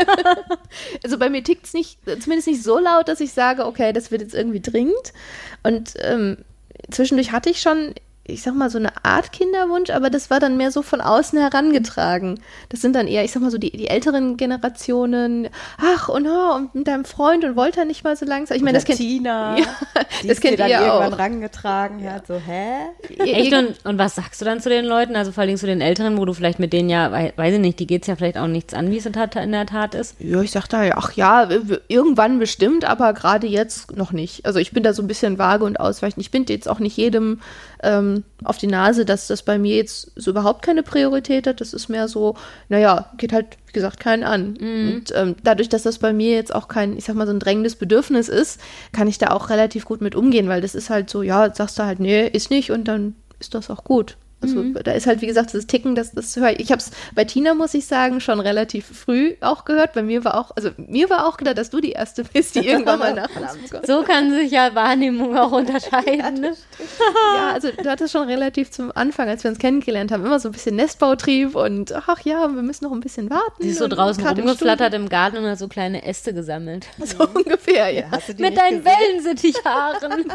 Also bei mir tickt es nicht, zumindest nicht so laut, dass ich sage, okay, das wird jetzt irgendwie dringend. Und zwischendurch hatte ich schon, ich sag mal, so eine Art Kinderwunsch, aber das war dann mehr so von außen herangetragen. Das sind dann eher, ich sag mal so, die älteren Generationen, und mit deinem Freund und wollte er nicht mal so langsam. Ich meine, das kennt
Tina,
ja, das kennt ihr auch.
Irgendwann rangetragen hat, so, hä?
Echt? Und was sagst du dann zu den Leuten, also vor allem zu den Älteren, wo du vielleicht mit denen ja, weiß ich nicht, die geht's ja vielleicht auch nichts an, wie es in der Tat ist?
Ja, ich sag da, irgendwann bestimmt, aber gerade jetzt noch nicht. Also ich bin da so ein bisschen vage und ausweichend. Ich bin jetzt auch nicht jedem auf die Nase, dass das bei mir jetzt so überhaupt keine Priorität hat. Das ist mehr so, geht halt, wie gesagt, keinen an. Und dadurch, dass das bei mir jetzt auch kein, ich sag mal, so ein drängendes Bedürfnis ist, kann ich da auch relativ gut mit umgehen, weil das ist halt so, sagst du halt, nee, ist nicht und dann ist das auch gut. Also da ist halt, wie gesagt, das Ticken, das höre ich. Ich habe es bei Tina, muss ich sagen, schon relativ früh auch gehört. Bei mir war auch klar, dass du die Erste bist, die irgendwann mal nachlassen bekommt.
So kann sich ja Wahrnehmung auch unterscheiden. Ne?
Ja, also du hattest schon relativ zum Anfang, als wir uns kennengelernt haben, immer so ein bisschen Nestbautrieb und wir müssen noch ein bisschen warten.
Sie ist so draußen rumgeflattert im Garten und hat so kleine Äste gesammelt.
So ungefähr, ja.
Mit deinen Wellensittichhaaren.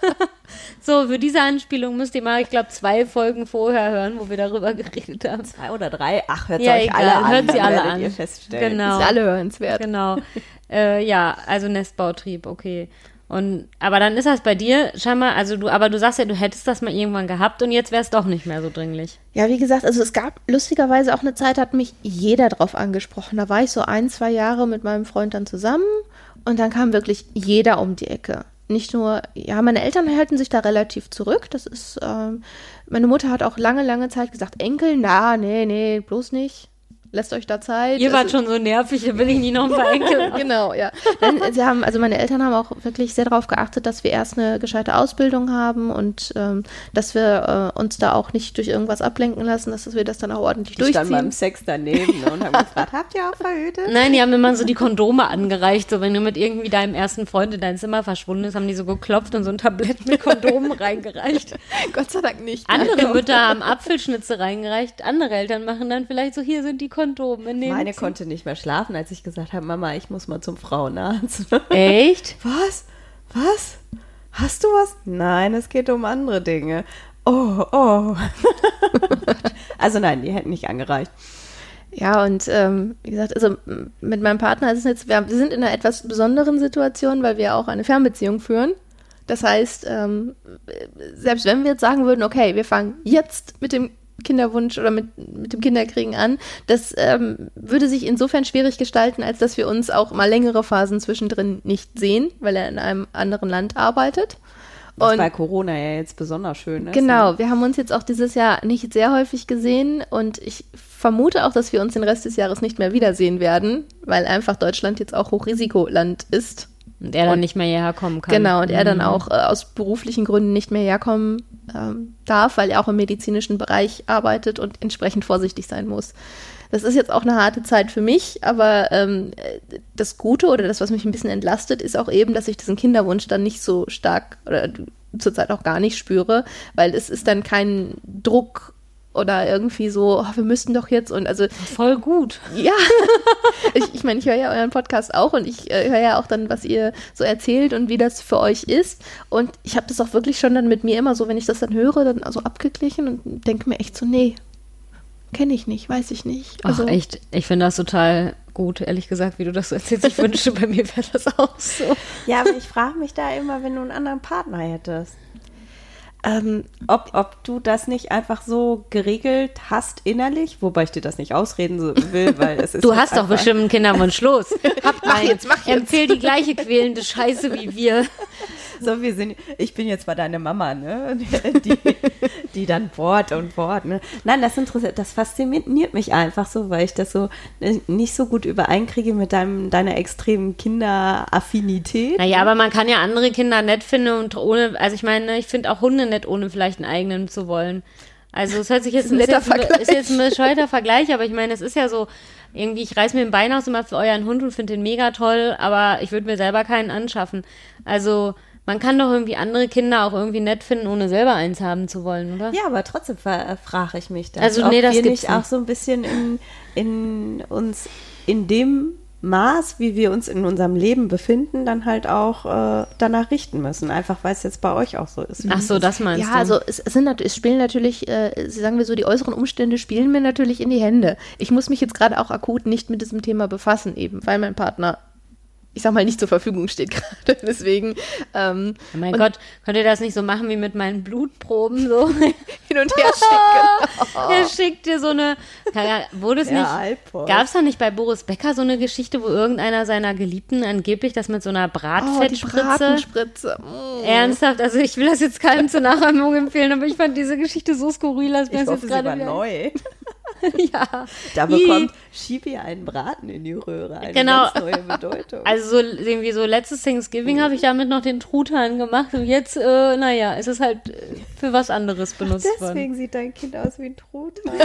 So, für diese Anspielung müsst ihr mal, ich glaube, 2 Folgen vorher hören, wo wir darüber geredet haben.
2 oder 3? Ach, hört
ja,
euch
egal.
alle an.
Hört sie alle
an.
Ihr
feststellen.
Genau.
Ist alle hörenswert.
Genau. Also Nestbautrieb, okay. Aber dann ist das bei dir scheinbar, aber du sagst ja, du hättest das mal irgendwann gehabt und jetzt wäre es doch nicht mehr so dringlich.
Ja, wie gesagt, also es gab lustigerweise auch eine Zeit, hat mich jeder drauf angesprochen. Da war ich so 1-2 Jahre mit meinem Freund dann zusammen und dann kam wirklich jeder um die Ecke. Nicht nur, meine Eltern halten sich da relativ zurück. Das ist, meine Mutter hat auch lange Zeit gesagt, Enkel, nee, bloß nicht. Lässt euch da Zeit.
Ihr wart schon so nervig, da will ich nie noch ein paar Enkel.
Genau, ja. Meine Eltern haben auch wirklich sehr darauf geachtet, dass wir erst eine gescheite Ausbildung haben und dass wir uns da auch nicht durch irgendwas ablenken lassen, dass wir das dann auch ordentlich durchziehen.
Ich stand beim Sex daneben und haben gefragt, habt ihr auch verhütet?
Nein, die haben immer so die Kondome angereicht, so wenn du mit irgendwie deinem ersten Freund in dein Zimmer verschwunden ist, haben die so geklopft und so ein Tablett mit Kondomen reingereicht.
Gott sei Dank nicht.
Andere Mütter haben Apfelschnitze reingereicht, andere Eltern machen dann vielleicht so, hier sind die Kondomen.
Meine konnte nicht mehr schlafen, als ich gesagt habe, Mama, ich muss mal zum Frauenarzt.
Echt?
Was? Hast du was? Nein, es geht um andere Dinge. Oh. Also nein, die hätten nicht angereicht.
Ja, und wie gesagt, also mit meinem Partner ist es jetzt, wir sind in einer etwas besonderen Situation, weil wir auch eine Fernbeziehung führen. Das heißt, selbst wenn wir jetzt sagen würden, okay, wir fangen jetzt mit dem Kinderwunsch oder mit dem Kinderkriegen an, das würde sich insofern schwierig gestalten, als dass wir uns auch mal längere Phasen zwischendrin nicht sehen, weil er in einem anderen Land arbeitet.
Was bei Corona ja jetzt besonders schön ist.
Genau, wir haben uns jetzt auch dieses Jahr nicht sehr häufig gesehen und ich vermute auch, dass wir uns den Rest des Jahres nicht mehr wiedersehen werden, weil einfach Deutschland jetzt auch Hochrisikoland ist.
Und er dann nicht mehr hierher kommen kann.
Genau, und er dann auch aus beruflichen Gründen nicht mehr herkommen darf, weil er auch im medizinischen Bereich arbeitet und entsprechend vorsichtig sein muss. Das ist jetzt auch eine harte Zeit für mich, aber das Gute oder das, was mich ein bisschen entlastet, ist auch eben, dass ich diesen Kinderwunsch dann nicht so stark oder zurzeit auch gar nicht spüre, weil es ist dann kein Druck oder irgendwie so, oh, wir müssten doch jetzt und also.
Voll gut.
Ja. Ich meine, ich höre ja euren Podcast auch und ich höre ja auch dann, was ihr so erzählt und wie das für euch ist. Und ich habe das auch wirklich schon dann mit mir immer so, wenn ich das dann höre, dann also abgeglichen und denke mir echt so, nee, kenne ich nicht, weiß ich nicht. Also,
ach, echt, ich finde das total gut, ehrlich gesagt, wie du das so erzählst. Ich wünschte, bei mir wäre das auch so.
Ja, aber ich frage mich da immer, wenn du einen anderen Partner hättest. Ob du das nicht einfach so geregelt hast innerlich, wobei ich dir das nicht ausreden will, weil es ist.
Du hast doch bestimmt einen Kinderwunsch, los.
Mach jetzt.
Empfehl die gleiche quälende Scheiße wie wir.
So, ich bin jetzt mal deine Mama, ne? Die dann bohrt, ne? Nein, das fasziniert mich einfach so, weil ich das so nicht so gut übereinkriege mit deiner extremen Kinderaffinität.
Naja, aber man kann ja andere Kinder nett finden und ohne, also ich meine, ich finde auch Hunde nett, ohne vielleicht einen eigenen zu wollen. Also es hört sich jetzt
ist jetzt
ein bescheuerter Vergleich, aber ich meine, es ist ja so, irgendwie, ich reiß mir ein Bein aus immer für euren Hund und finde den mega toll, aber ich würde mir selber keinen anschaffen. Also man kann doch irgendwie andere Kinder auch irgendwie nett finden, ohne selber eins haben zu wollen, oder?
Ja, aber trotzdem frage ich mich das.
Also nee, das
wir
gibt's
nicht auch so ein bisschen in uns, in dem Maß, wie wir uns in unserem Leben befinden, dann halt auch danach richten müssen. Einfach, weil es jetzt bei euch auch so ist.
Ach so, das meinst du?
Ja, also es spielen natürlich, sagen wir so, die äußeren Umstände spielen mir natürlich in die Hände. Ich muss mich jetzt gerade auch akut nicht mit diesem Thema befassen, eben, weil mein Partner, ich sag mal, nicht zur Verfügung steht gerade, deswegen.
Mein Gott, könnt ihr das nicht so machen wie mit meinen Blutproben, so
hin und her schicken?
Er schickt dir so eine, gab es da nicht bei Boris Becker so eine Geschichte, wo irgendeiner seiner Geliebten angeblich das mit so einer Bratfettspritze?
Die Bratenspritze.
Ernsthaft, also ich will das jetzt keinem zur Nachahmung empfehlen, aber ich fand diese Geschichte so skurril, als wäre es jetzt gerade wieder
neu.
Ja.
Da bekommt Schibi einen Braten in die Röhre, eine ganz neue Bedeutung.
Also so irgendwie so letztes Thanksgiving habe ich damit noch den Truthahn gemacht und jetzt, es ist halt für was anderes benutzt worden.
Deswegen sieht dein Kind aus wie ein Truthahn.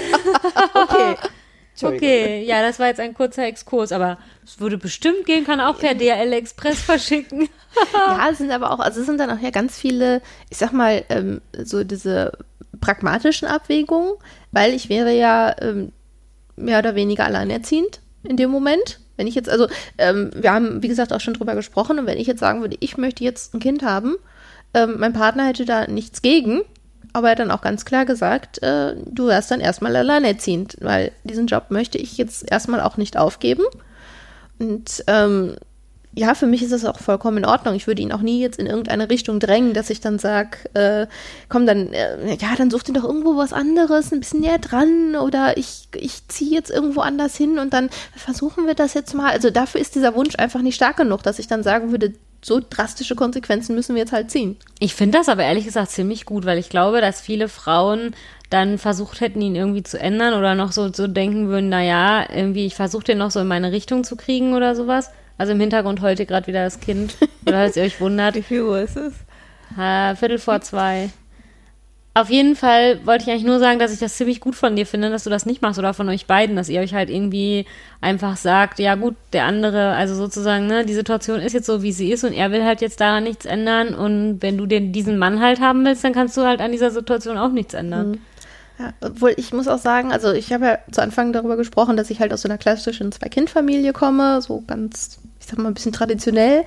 Okay, ja, das war jetzt ein kurzer Exkurs, aber es würde bestimmt gehen, kann auch per DHL Express verschicken.
Ja, es sind aber auch, also es sind dann auch ja ganz viele, ich sag mal, so diese pragmatischen Abwägungen, weil ich wäre ja mehr oder weniger alleinerziehend in dem Moment. Wenn ich jetzt, also wir haben, wie gesagt, auch schon drüber gesprochen und wenn ich jetzt sagen würde, ich möchte jetzt ein Kind haben, mein Partner hätte da nichts gegen, aber er hat dann auch ganz klar gesagt, du wärst dann erstmal alleinerziehend, weil diesen Job möchte ich jetzt erstmal auch nicht aufgeben. Und ja, für mich ist das auch vollkommen in Ordnung. Ich würde ihn auch nie jetzt in irgendeine Richtung drängen, dass ich dann sage, komm, dann, dann such dir doch irgendwo was anderes, ein bisschen näher dran oder ich ziehe jetzt irgendwo anders hin und dann versuchen wir das jetzt mal. Also dafür ist dieser Wunsch einfach nicht stark genug, dass ich dann sagen würde, so drastische Konsequenzen müssen wir jetzt halt ziehen.
Ich finde das aber ehrlich gesagt ziemlich gut, weil ich glaube, dass viele Frauen dann versucht hätten, ihn irgendwie zu ändern oder noch so denken würden, naja, irgendwie, ich versuche den noch so in meine Richtung zu kriegen oder sowas. Also im Hintergrund heult ihr gerade wieder das Kind, oder als ihr euch wundert.
Wie viel Uhr ist es?
1:45. Auf jeden Fall wollte ich eigentlich nur sagen, dass ich das ziemlich gut von dir finde, dass du das nicht machst oder von euch beiden, dass ihr euch halt irgendwie einfach sagt, ja gut, der andere, also sozusagen, ne, die Situation ist jetzt so, wie sie ist und er will halt jetzt daran nichts ändern und wenn du diesen Mann halt haben willst, dann kannst du halt an dieser Situation auch nichts ändern.
Ja, obwohl ich muss auch sagen, also ich habe ja zu Anfang darüber gesprochen, dass ich halt aus so einer klassischen Zwei-Kind-Familie komme, so ganz, ich sag mal, ein bisschen traditionell,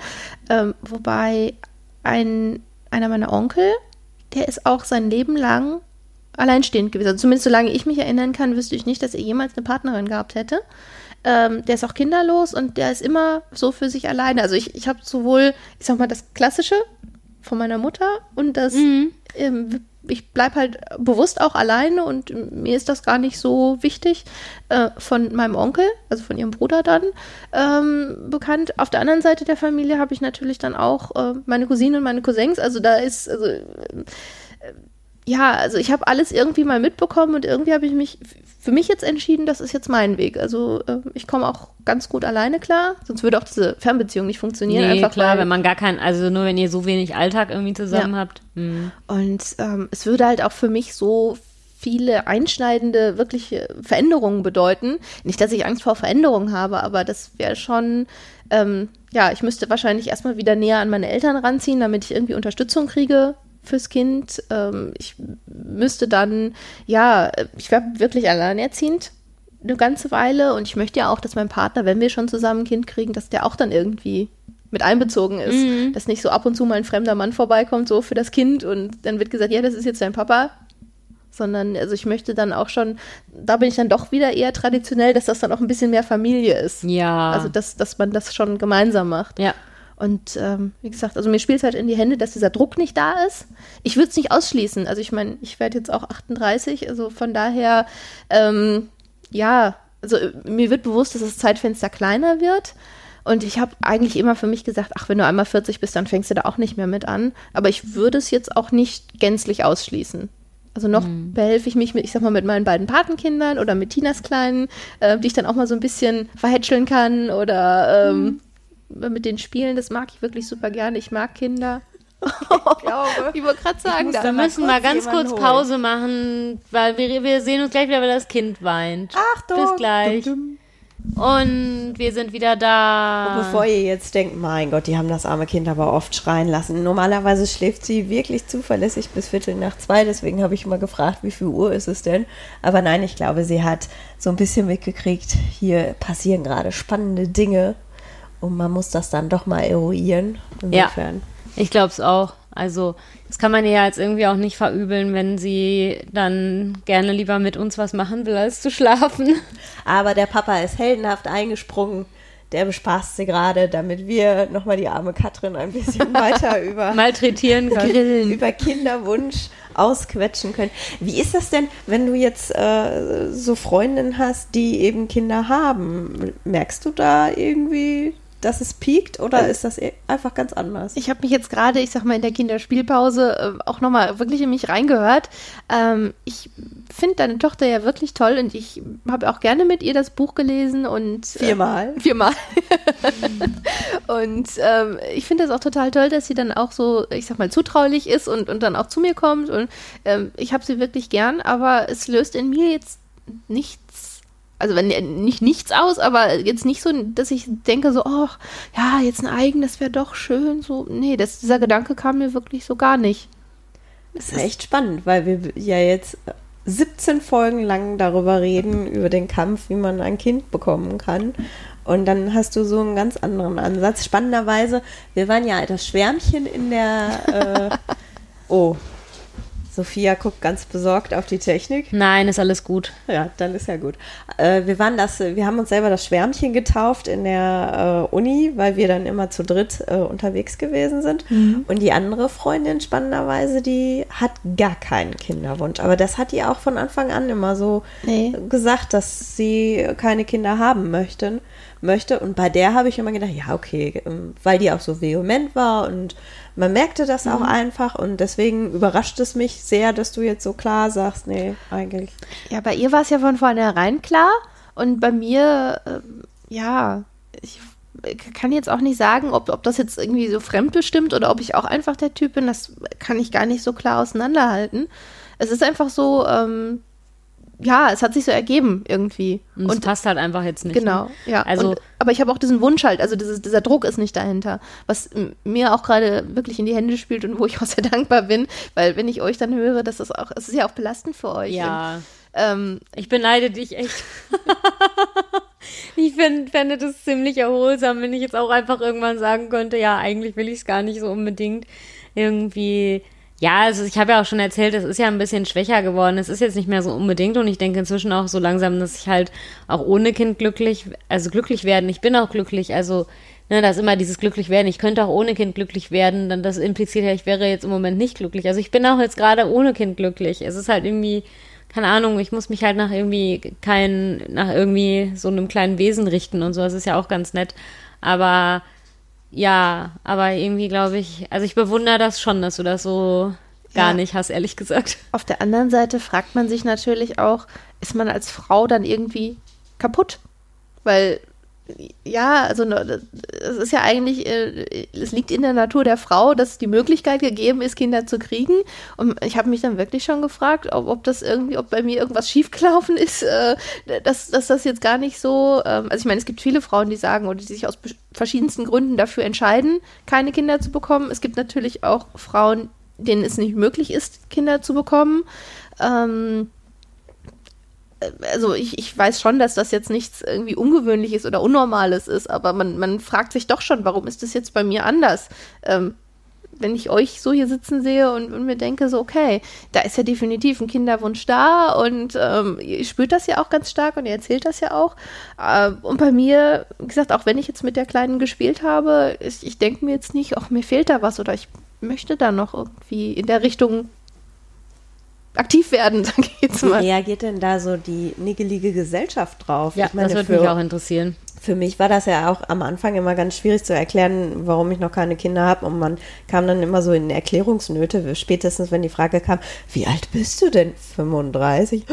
wobei einer meiner Onkel, der ist auch sein Leben lang alleinstehend gewesen. Also zumindest solange ich mich erinnern kann, wüsste ich nicht, dass er jemals eine Partnerin gehabt hätte. Der ist auch kinderlos und der ist immer so für sich alleine. Also ich habe sowohl, ich sag mal, das Klassische von meiner Mutter und das, ich bleibe halt bewusst auch alleine und mir ist das gar nicht so wichtig, von meinem Onkel, also von ihrem Bruder dann, bekannt. Auf der anderen Seite der Familie habe ich natürlich dann auch meine Cousinen und meine Cousins. Also da ist, also ich habe alles irgendwie mal mitbekommen und irgendwie habe ich mich für mich jetzt entschieden, das ist jetzt mein Weg. Also ich komme auch ganz gut alleine klar, sonst würde auch diese Fernbeziehung nicht funktionieren.
Nee,
einfach
klar, wenn man gar keinen, also nur wenn ihr so wenig Alltag irgendwie zusammen habt.
Und es würde halt auch für mich so viele einschneidende, wirkliche Veränderungen bedeuten. Nicht, dass ich Angst vor Veränderungen habe, aber das wäre schon, ich müsste wahrscheinlich erstmal wieder näher an meine Eltern ranziehen, damit ich irgendwie Unterstützung kriege fürs Kind. Ich müsste dann, ich wäre wirklich alleinerziehend eine ganze Weile und ich möchte ja auch, dass mein Partner, wenn wir schon zusammen ein Kind kriegen, dass der auch dann irgendwie mit einbezogen ist, dass nicht so ab und zu mal ein fremder Mann vorbeikommt, so für das Kind und dann wird gesagt, ja, das ist jetzt dein Papa, sondern, also ich möchte dann auch schon, da bin ich dann doch wieder eher traditionell, dass das dann auch ein bisschen mehr Familie ist.
Ja.
Also, dass man das schon gemeinsam macht.
Ja.
Und wie gesagt, also mir spielt es halt in die Hände, dass dieser Druck nicht da ist. Ich würde es nicht ausschließen. Also ich meine, ich werde jetzt auch 38, also von daher, also mir wird bewusst, dass das Zeitfenster kleiner wird. Und ich habe eigentlich immer für mich gesagt, ach, wenn du einmal 40 bist, dann fängst du da auch nicht mehr mit an. Aber ich würde es jetzt auch nicht gänzlich ausschließen. Also noch behelfe ich mich mit meinen beiden Patenkindern oder mit Tinas Kleinen, die ich dann auch mal so ein bisschen verhätscheln kann oder mit den Spielen, das mag ich wirklich super gerne. Ich mag Kinder. Ich wollte gerade sagen,
wir müssen mal ganz kurz Pause machen, weil wir sehen uns gleich wieder, wenn das Kind weint.
Achtung!
Bis gleich. Und wir sind wieder da.
Und bevor ihr jetzt denkt, mein Gott, die haben das arme Kind aber oft schreien lassen. Normalerweise schläft sie wirklich zuverlässig bis 1:45, deswegen habe ich immer gefragt, wie viel Uhr ist es denn? Aber nein, ich glaube, sie hat so ein bisschen mitgekriegt, hier passieren gerade spannende Dinge und man muss das dann doch mal eruieren. Insofern.
Ja, ich glaube es auch. Also das kann man ja jetzt irgendwie auch nicht verübeln, wenn sie dann gerne lieber mit uns was machen will, als zu schlafen.
Aber der Papa ist heldenhaft eingesprungen. Der bespaßt sie gerade, damit wir nochmal die arme Katrin ein bisschen weiter
malträtieren können.
Über Kinderwunsch ausquetschen können. Wie ist das denn, wenn du jetzt so Freundinnen hast, die eben Kinder haben? Merkst du da irgendwie, dass es piekt oder ist das einfach ganz anders?
Ich habe mich jetzt gerade, ich sag mal, in der Kinderspielpause auch nochmal wirklich in mich reingehört. Ich finde deine Tochter ja wirklich toll und ich habe auch gerne mit ihr das Buch gelesen und
Viermal.
Und ich finde das auch total toll, dass sie dann auch so, ich sag mal, zutraulich ist und dann auch zu mir kommt und ich habe sie wirklich gern, aber es löst in mir jetzt nichts. Also wenn nicht nichts aus, aber jetzt nicht so, dass ich denke so, oh, ja, jetzt ein eigenes wäre doch schön. So, nee, dieser Gedanke kam mir wirklich so gar nicht.
Das ist echt spannend, weil wir ja jetzt 17 Folgen lang darüber reden, über den Kampf, wie man ein Kind bekommen kann. Und dann hast du so einen ganz anderen Ansatz. Spannenderweise, wir waren ja das Schwärmchen in der Sophia guckt ganz besorgt auf die Technik.
Nein, ist alles gut.
Ja, dann ist ja gut. Wir haben uns selber das Schwärmchen getauft in der Uni, weil wir dann immer zu dritt unterwegs gewesen sind. Und die andere Freundin, spannenderweise, die hat gar keinen Kinderwunsch. Aber das hat die auch von Anfang an immer so gesagt, dass sie keine Kinder haben möchte. Und bei der habe ich immer gedacht, ja, okay, weil die auch so vehement war und man merkte das auch einfach und deswegen überrascht es mich sehr, dass du jetzt so klar sagst, nee, eigentlich.
Ja, bei ihr war es ja von vornherein klar und bei mir, ich kann jetzt auch nicht sagen, ob das jetzt irgendwie so fremdbestimmt oder ob ich auch einfach der Typ bin, das kann ich gar nicht so klar auseinanderhalten. Es ist einfach so, es hat sich so ergeben irgendwie.
Und es passt halt einfach jetzt nicht.
Genau,
ne?
ja.
Also,
aber ich habe auch diesen Wunsch halt, also dieser Druck ist nicht dahinter, was mir auch gerade wirklich in die Hände spielt und wo ich auch sehr dankbar bin, weil wenn ich euch dann höre, es ist ja auch belastend für euch.
Ja,
und,
ich beneide dich echt. Ich fände das ziemlich erholsam, wenn ich jetzt auch einfach irgendwann sagen könnte, ja, eigentlich will ich es gar nicht so unbedingt irgendwie. Ja, also ich habe ja auch schon erzählt, es ist ja ein bisschen schwächer geworden. Es ist jetzt nicht mehr so unbedingt und ich denke inzwischen auch so langsam, dass ich halt auch ohne Kind glücklich werden. Ich bin auch glücklich, also da ist immer dieses glücklich werden. Ich könnte auch ohne Kind glücklich werden, dann das impliziert ja, ich wäre jetzt im Moment nicht glücklich. Also ich bin auch jetzt gerade ohne Kind glücklich. Es ist halt irgendwie, keine Ahnung, ich muss mich halt nach irgendwie so einem kleinen Wesen richten und so. Das ist ja auch ganz nett. Aber irgendwie glaube ich, also ich bewundere das schon, dass du das so gar nicht hast, ehrlich gesagt.
Auf der anderen Seite fragt man sich natürlich auch, ist man als Frau dann irgendwie kaputt? Weil, also es ist ja eigentlich, es liegt in der Natur der Frau, dass die Möglichkeit gegeben ist, Kinder zu kriegen. Und ich habe mich dann wirklich schon gefragt, ob bei mir irgendwas schiefgelaufen ist, dass das jetzt gar nicht so, also ich meine, es gibt viele Frauen, die sagen oder die sich aus verschiedensten Gründen dafür entscheiden, keine Kinder zu bekommen. Es gibt natürlich auch Frauen, denen es nicht möglich ist, Kinder zu bekommen. Also ich weiß schon, dass das jetzt nichts irgendwie Ungewöhnliches oder Unnormales ist, aber man fragt sich doch schon, warum ist das jetzt bei mir anders? Wenn ich euch so hier sitzen sehe und mir denke so, okay, da ist ja definitiv ein Kinderwunsch da und ihr spürt das ja auch ganz stark und ihr erzählt das ja auch. Und bei mir, wie gesagt, auch wenn ich jetzt mit der Kleinen gespielt habe, ich denke mir jetzt nicht, ach, mir fehlt da was oder ich möchte da noch irgendwie in der Richtung aktiv werden, sag ich jetzt mal.
Wie reagiert denn da so die nickelige Gesellschaft drauf?
Ja,
ich meine,
das würde mich auch interessieren.
Für mich war das ja auch am Anfang immer ganz schwierig zu erklären, warum ich noch keine Kinder habe. Und man kam dann immer so in Erklärungsnöte, spätestens wenn die Frage kam, wie alt bist du denn? 35?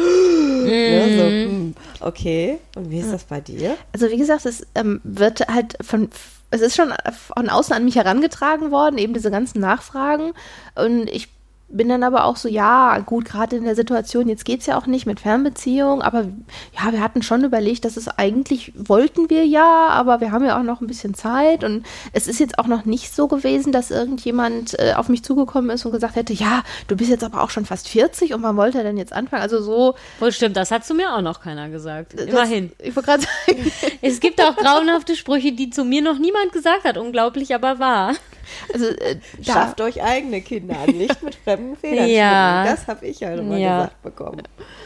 Okay. Und wie ist das bei dir?
Also wie gesagt, es wird halt es ist schon von außen an mich herangetragen worden, eben diese ganzen Nachfragen. Und ich bin dann aber auch so, ja, gut, gerade in der Situation, jetzt geht's ja auch nicht mit Fernbeziehung, aber ja, wir hatten schon überlegt, dass es eigentlich wollten wir ja, aber wir haben ja auch noch ein bisschen Zeit und es ist jetzt auch noch nicht so gewesen, dass irgendjemand auf mich zugekommen ist und gesagt hätte, ja, du bist jetzt aber auch schon fast 40 und wann wollte er denn jetzt anfangen? Also so.
Wohl stimmt, das hat zu mir auch noch keiner gesagt. Immerhin.
Ich wollte gerade sagen.
Es gibt auch grauenhafte Sprüche, die zu mir noch niemand gesagt hat, unglaublich, aber wahr.
Also, schafft euch eigene Kinder an, nicht mit fremden Federn
ja.
Das habe ich halt immer gesagt bekommen.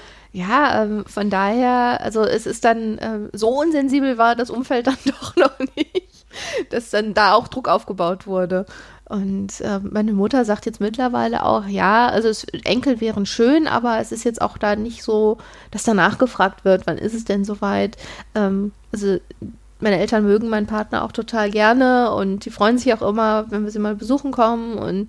Ja, von daher, also es ist dann, so unsensibel war das Umfeld dann doch noch nicht, dass dann da auch Druck aufgebaut wurde. Und meine Mutter sagt jetzt mittlerweile auch, ja, also Enkel wären schön, aber es ist jetzt auch da nicht so, dass danach gefragt wird, wann ist es denn soweit? Also meine Eltern mögen meinen Partner auch total gerne und die freuen sich auch immer, wenn wir sie mal besuchen kommen und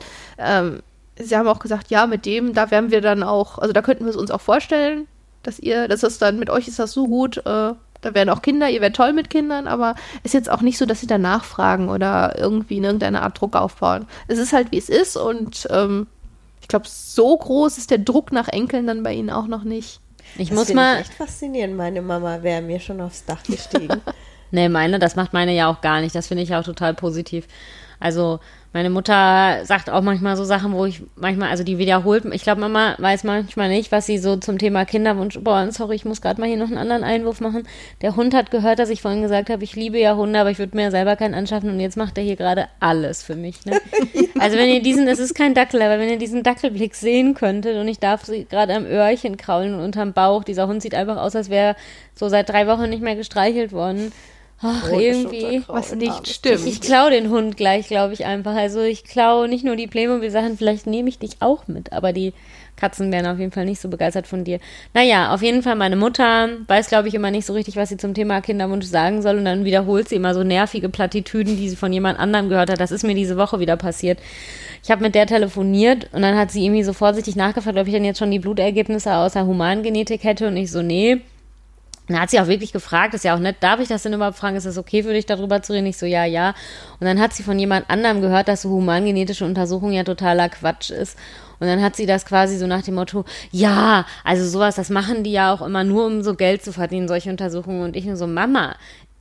sie haben auch gesagt, ja, mit dem, da werden wir dann auch, also da könnten wir es uns auch vorstellen, dass das dann, mit euch ist das so gut, da werden auch Kinder, ihr werdet toll mit Kindern, aber ist jetzt auch nicht so, dass sie danach fragen oder irgendwie in irgendeiner Art Druck aufbauen. Es ist halt, wie es ist und ich glaube, so groß ist der Druck nach Enkeln dann bei ihnen auch noch nicht.
Das finde ich echt faszinierend. Meine Mama wäre mir schon aufs Dach gestiegen.
Nee, das macht meine ja auch gar nicht. Das finde ich auch total positiv. Also meine Mutter sagt auch manchmal so Sachen, wo ich manchmal, also die wiederholt, ich glaube, Mama weiß manchmal nicht, was sie so zum Thema Kinderwunsch, sorry, ich muss gerade mal hier noch einen anderen Einwurf machen. Der Hund hat gehört, dass ich vorhin gesagt habe, ich liebe ja Hunde, aber ich würde mir ja selber keinen anschaffen und jetzt macht er hier gerade alles für mich. Ne? Also wenn ihr es ist kein Dackel, aber wenn ihr diesen Dackelblick sehen könntet und ich darf sie gerade am Öhrchen kraulen und unterm Bauch, dieser Hund sieht einfach aus, als wäre so seit 3 Wochen nicht mehr gestreichelt worden. Ach, irgendwie,
was nicht stimmt.
Ich klaue den Hund gleich, glaube ich, einfach. Also ich klaue nicht nur die Playmobil-Sachen, vielleicht nehme ich dich auch mit, aber die Katzen wären auf jeden Fall nicht so begeistert von dir. Naja, auf jeden Fall, meine Mutter weiß, glaube ich, immer nicht so richtig, was sie zum Thema Kinderwunsch sagen soll und dann wiederholt sie immer so nervige Plattitüden, die sie von jemand anderem gehört hat. Das ist mir diese Woche wieder passiert. Ich habe mit der telefoniert und dann hat sie irgendwie so vorsichtig nachgefragt, ob ich denn jetzt schon die Blutergebnisse aus der Humangenetik hätte und ich so, nee. Dann hat sie auch wirklich gefragt, ist ja auch nett, darf ich das denn überhaupt fragen, ist das okay für dich, darüber zu reden? Ich so, ja, ja. Und dann hat sie von jemand anderem gehört, dass so humangenetische Untersuchung ja totaler Quatsch ist. Und dann hat sie das quasi so nach dem Motto, ja, also sowas, das machen die ja auch immer nur, um so Geld zu verdienen, solche Untersuchungen. Und ich nur so, Mama,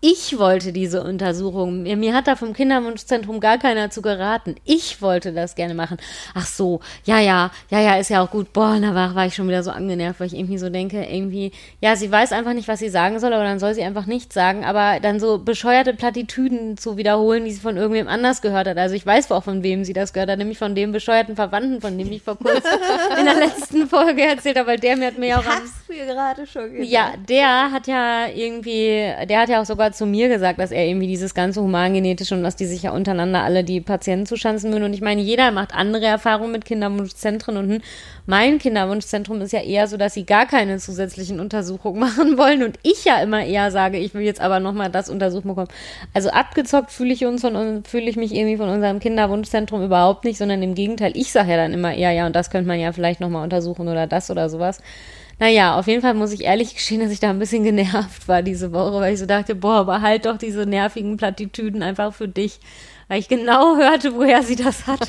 Ich wollte diese Untersuchung. Mir hat da vom Kinderwunschzentrum gar keiner zu geraten. Ich wollte das gerne machen. Ach so, ja, ist ja auch gut. Boah, da war ich schon wieder so angenervt, weil ich irgendwie so denke, ja, sie weiß einfach nicht, was sie sagen soll, aber dann soll sie einfach nichts sagen, aber dann so bescheuerte Plattitüden zu wiederholen, die sie von irgendwem anders gehört hat. Also ich weiß auch, von wem sie das gehört hat, nämlich von dem bescheuerten Verwandten, von dem ich vor kurzem in der letzten Folge erzählt habe, weil der mir hat mir auch...
Hast du gerade schon gesagt.
Ja, der hat ja auch sogar zu mir gesagt, dass er irgendwie dieses ganze Humangenetische und dass die sich ja untereinander alle die Patienten zuschanzen würden. Und ich meine, jeder macht andere Erfahrungen mit Kinderwunschzentren und mein Kinderwunschzentrum ist ja eher so, dass sie gar keine zusätzlichen Untersuchungen machen wollen und ich ja immer eher sage, ich will jetzt aber nochmal das untersuchen bekommen. Also abgezockt fühle ich mich irgendwie von unserem Kinderwunschzentrum überhaupt nicht, sondern im Gegenteil, ich sage ja dann immer eher, ja, und das könnte man ja vielleicht nochmal untersuchen oder das oder sowas. Naja, auf jeden Fall muss ich ehrlich gestehen, dass ich da ein bisschen genervt war diese Woche, weil ich so dachte, boah, behalt doch diese nervigen Plattitüden einfach für dich. Weil ich genau hörte, woher sie das hat.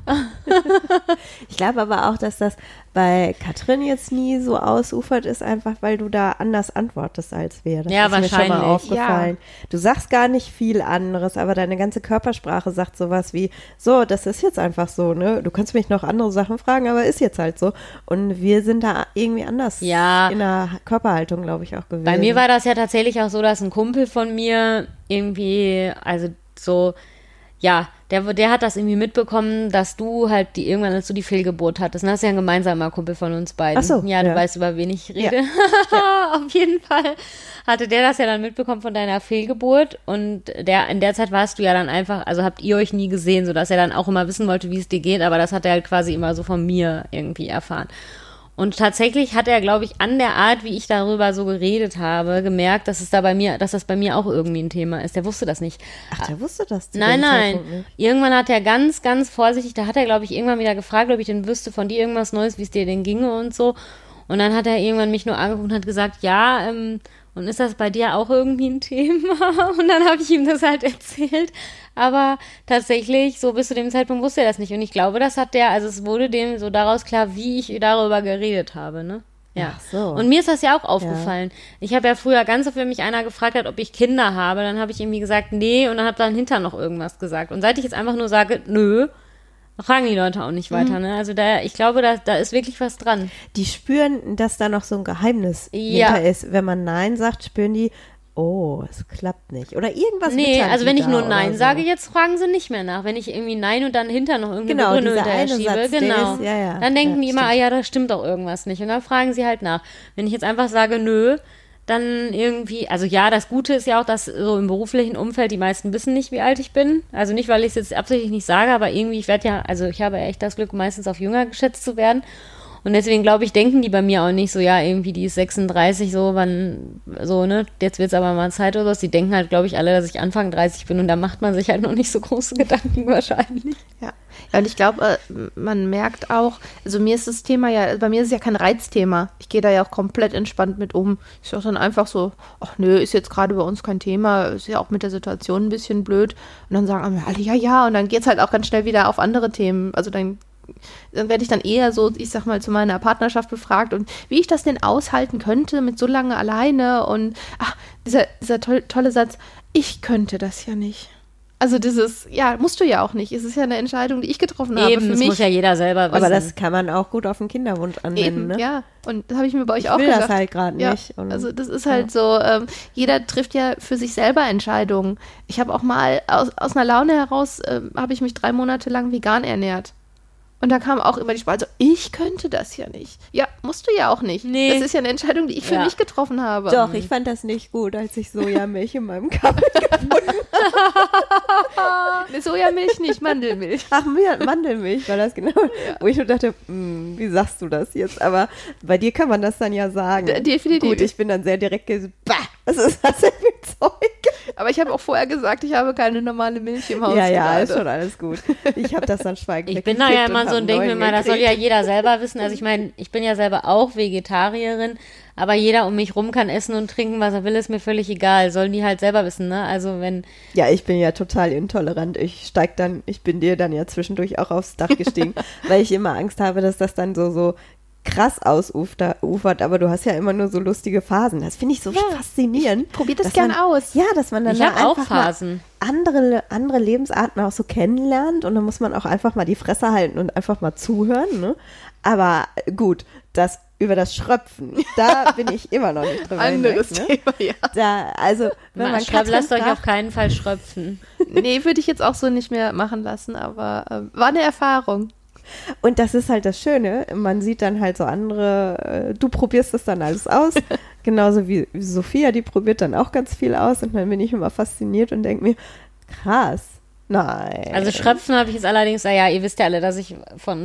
Ich glaube aber auch, dass das bei Katrin jetzt nie so ausufert ist, einfach weil du da anders antwortest als wir. Das
ja,
ist mir schon mal aufgefallen.
Ja.
Du sagst gar nicht viel anderes, aber deine ganze Körpersprache sagt sowas wie, so, das ist jetzt einfach so, ne? Du kannst mich noch andere Sachen fragen, aber ist jetzt halt so. Und wir sind da irgendwie anders in der Körperhaltung, glaube ich, auch gewesen.
Bei mir war das ja tatsächlich auch so, dass ein Kumpel von mir irgendwie, also so, ja, der hat das irgendwie mitbekommen, dass du halt irgendwann, als du die Fehlgeburt hattest, und das ist ja ein gemeinsamer Kumpel von uns beiden.
Ach so,
ja, du weißt, über wen ich rede. Ja. Auf jeden Fall hatte der das ja dann mitbekommen von deiner Fehlgeburt und in der Zeit warst du ja dann einfach, also habt ihr euch nie gesehen, sodass er dann auch immer wissen wollte, wie es dir geht, aber das hat er halt quasi immer so von mir irgendwie erfahren. Und tatsächlich hat er, glaube ich, an der Art, wie ich darüber so geredet habe, gemerkt, dass das bei mir auch irgendwie ein Thema ist. Der wusste das nicht.
Ach, der wusste das zu
Nein.
dem Zeitpunkt nicht.
Irgendwann hat er ganz, ganz vorsichtig, da hat er, glaube ich, irgendwann wieder gefragt, ob ich denn wüsste von dir irgendwas Neues, wie es dir denn ginge und so. Und dann hat er irgendwann mich nur angeguckt und hat gesagt, ja, und ist das bei dir auch irgendwie ein Thema? Und dann habe ich ihm das halt erzählt. Aber tatsächlich, so bis zu dem Zeitpunkt wusste er das nicht. Und ich glaube, also es wurde dem so daraus klar, wie ich darüber geredet habe, ne? Ja.
Ach so.
Und mir ist das ja auch aufgefallen. Ja. Ich habe ja früher ganz oft, wenn mich einer gefragt hat, ob ich Kinder habe, dann habe ich irgendwie gesagt, nee, und dann habe dann hinterher noch irgendwas gesagt. Und seit ich jetzt einfach nur sage, nö, fragen die Leute auch nicht weiter, ne? Also ich glaube, da ist wirklich was dran.
Die spüren, dass da noch so ein Geheimnis hinter ist. Wenn man Nein sagt, spüren die, oh, es klappt nicht. Oder irgendwas.
Nee, also wenn ich nur Nein sage, jetzt fragen sie nicht mehr nach. Wenn ich irgendwie Nein und dann hinter noch irgendeine Begründung hinterher schiebe, genau. Dann denken die immer, ja, da stimmt doch irgendwas nicht. Und dann fragen sie halt nach. Wenn ich jetzt einfach sage, nö, dann irgendwie, also ja, das Gute ist ja auch, dass so im beruflichen Umfeld die meisten wissen nicht, wie alt ich bin. Also nicht, weil ich es jetzt absichtlich nicht sage, aber irgendwie, ich habe echt das Glück, meistens auf jünger geschätzt zu werden. Und deswegen, glaube ich, denken die bei mir auch nicht so, ja, irgendwie, die ist 36, jetzt wird's aber mal Zeit oder so. Die denken halt, glaube ich, alle, dass ich Anfang 30 bin und da macht man sich halt noch nicht so große Gedanken wahrscheinlich.
Ja, und ich glaube, man merkt auch, also mir ist das Thema ja, bei mir ist es ja kein Reizthema. Ich gehe da ja auch komplett entspannt mit um. Ich sage dann einfach so, ach nö, ist jetzt gerade bei uns kein Thema, ist ja auch mit der Situation ein bisschen blöd. Und dann sagen alle, ja, und dann geht's halt auch ganz schnell wieder auf andere Themen. Also dann werde ich dann eher so, ich sag mal, zu meiner Partnerschaft befragt und wie ich das denn aushalten könnte mit so lange alleine und dieser tolle Satz, ich könnte das ja nicht. Also dieses, ja, musst du ja auch nicht. Es ist ja eine Entscheidung, die ich getroffen habe.
Eben, das muss ja jeder selber wissen.
Aber das kann man auch gut auf den Kinderwunsch anwenden, ne?
Ja, und das habe ich mir bei euch auch gesagt.
Ich will das halt gerade nicht.
Ja, also das ist halt so, jeder trifft ja für sich selber Entscheidungen. Ich habe auch mal aus einer Laune heraus, habe ich mich 3 Monate lang vegan ernährt. Und da kam auch immer die Sprache so, ich könnte das ja nicht. Ja, musst du ja auch nicht. Nee. Das ist ja eine Entscheidung, die ich für mich getroffen habe.
Doch, ich fand das nicht gut, als ich Sojamilch in meinem Kabel gefunden habe.
Eine Sojamilch nicht, Mandelmilch.
Ach, Mandelmilch war das genau. Ja. Wo ich nur dachte, wie sagst du das jetzt? Aber bei dir kann man das dann ja sagen.
Definitiv.
Gut, ich bin dann sehr direkt was ist das denn für Zeug?
Aber ich habe auch vorher gesagt, ich habe keine normale Milch im Haus.
Ja, ist schon alles gut. Ich habe das dann schweigend.
Ich bin da ja immer so und denke mir mal, das soll ja jeder selber wissen. Also ich meine, ich bin ja selber auch Vegetarierin, aber jeder um mich rum kann essen und trinken, was er will, ist mir völlig egal. Sollen die halt selber wissen, ne? Also wenn...
Ja, ich bin ja total intolerant. Ich bin dir dann ja zwischendurch auch aufs Dach gestiegen, weil ich immer Angst habe, dass das dann so krass ausufert, aber du hast ja immer nur so lustige Phasen. Das finde ich so faszinierend.
Probiert das gern aus.
Ja, dass man dann
Ich habe auch
einfach
Phasen.
mal andere Lebensarten auch so kennenlernt und dann muss man auch einfach mal die Fresse halten und einfach mal zuhören. Ne? Aber gut, über das Schröpfen, da bin ich immer noch nicht drüber
Anderes
hinweg, ne?
Thema, ja.
Wenn man
Lasst euch auf keinen Fall schröpfen.
Nee, würde ich jetzt auch so nicht mehr machen lassen, aber war eine Erfahrung.
Und das ist halt das Schöne, man sieht dann halt so andere, du probierst das dann alles aus, genauso wie Sophia, die probiert dann auch ganz viel aus und dann bin ich immer fasziniert und denke mir, krass, nein.
Also Schröpfen habe ich jetzt allerdings, ihr wisst ja alle, dass ich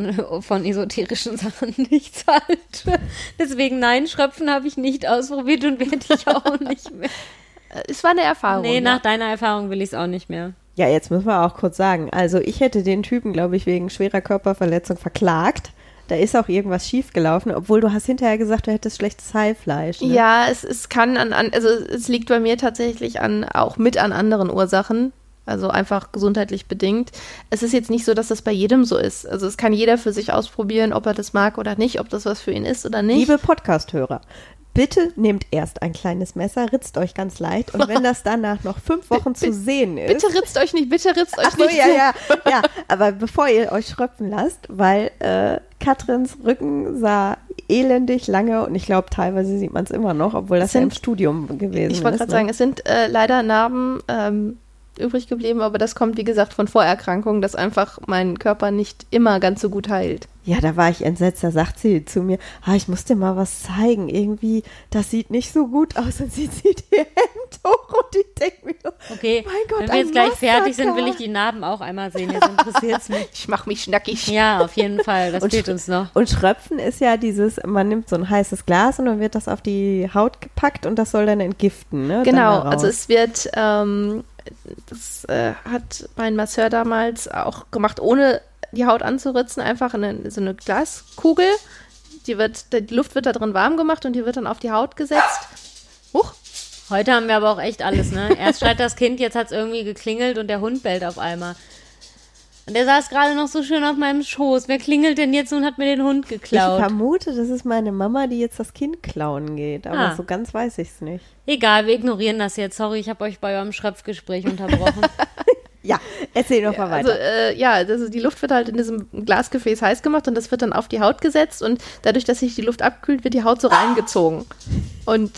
von esoterischen Sachen nichts halte. Deswegen nein, Schröpfen habe ich nicht ausprobiert und werde ich auch nicht mehr.
Es war eine Erfahrung.
Nee, nach deiner Erfahrung will ich es auch nicht mehr.
Ja, jetzt müssen wir auch kurz sagen, also ich hätte den Typen, glaube ich, wegen schwerer Körperverletzung verklagt. Da ist auch irgendwas schiefgelaufen, obwohl du hast hinterher gesagt, du hättest schlechtes Haifleisch. Ne?
Ja, es kann also es liegt bei mir tatsächlich auch mit an anderen Ursachen. Also einfach gesundheitlich bedingt. Es ist jetzt nicht so, dass das bei jedem so ist. Also es kann jeder für sich ausprobieren, ob er das mag oder nicht, ob das was für ihn ist oder nicht.
Liebe Podcast-Hörer, bitte nehmt erst ein kleines Messer, ritzt euch ganz leicht und wenn das danach noch 5 Wochen zu sehen ist.
Bitte ritzt euch nicht.
Ach so, ja, aber bevor ihr euch schröpfen lasst, weil Katrins Rücken sah elendig lange und ich glaube, teilweise sieht man es immer noch, obwohl das ja im Studium gewesen ist.
Ich wollte gerade sagen, es sind leider Narben übrig geblieben, aber das kommt, wie gesagt, von Vorerkrankungen, dass einfach mein Körper nicht immer ganz so gut heilt.
Ja, da war ich entsetzt, da sagt sie zu mir, ich muss dir mal was zeigen, irgendwie, das sieht nicht so gut aus und sie zieht ihr Hemd hoch und ich denke mir so,
okay,
mein Gott,
wenn wir jetzt gleich fertig sind, will ich die Narben auch einmal sehen, jetzt interessiert es mich.
Ich mache mich schnackig.
Ja, auf jeden Fall, das fehlt uns noch.
Und Schröpfen ist ja man nimmt so ein heißes Glas und dann wird das auf die Haut gepackt und das soll dann entgiften, ne?
Genau, also es wird, das hat mein Masseur damals auch gemacht, ohne die Haut anzuritzen, einfach so eine Glaskugel. Die Luft wird da drin warm gemacht und die wird dann auf die Haut gesetzt. Huch.
Heute haben wir aber auch echt alles, ne? Erst schreit das Kind, jetzt hat es irgendwie geklingelt und der Hund bellt auf einmal. Und der saß gerade noch so schön auf meinem Schoß. Wer klingelt denn jetzt und hat mir den Hund geklaut?
Ich vermute, das ist meine Mama, die jetzt das Kind klauen geht. Aber so ganz weiß ich es nicht.
Egal, wir ignorieren das jetzt. Sorry, ich habe euch bei eurem Schröpfgespräch unterbrochen.
Ja, erzähl noch mal weiter.
Also die Luft wird halt in diesem Glasgefäß heiß gemacht und das wird dann auf die Haut gesetzt und dadurch, dass sich die Luft abkühlt, wird die Haut so reingezogen. Und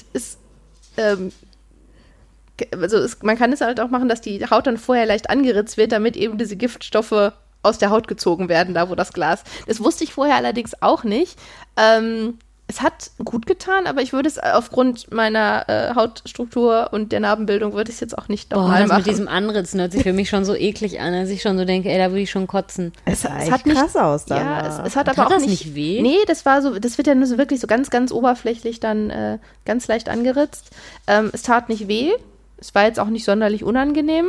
man kann es halt auch machen, dass die Haut dann vorher leicht angeritzt wird, damit eben diese Giftstoffe aus der Haut gezogen werden, da wo das Glas. Das wusste ich vorher allerdings auch nicht. Es hat gut getan, aber ich würde es aufgrund meiner Hautstruktur und der Narbenbildung würde ich es jetzt auch nicht nochmal machen.
Das mit diesem Anritzen hört sich für mich schon so eklig an, dass ich schon so denke, da würde ich schon kotzen.
Es hat nicht krass aus dann.
Ja, es hat aber auch nicht
weh?
Nee, das wird ja nur so wirklich so ganz, ganz oberflächlich dann ganz leicht angeritzt. Es tat nicht weh. Es war jetzt auch nicht sonderlich unangenehm.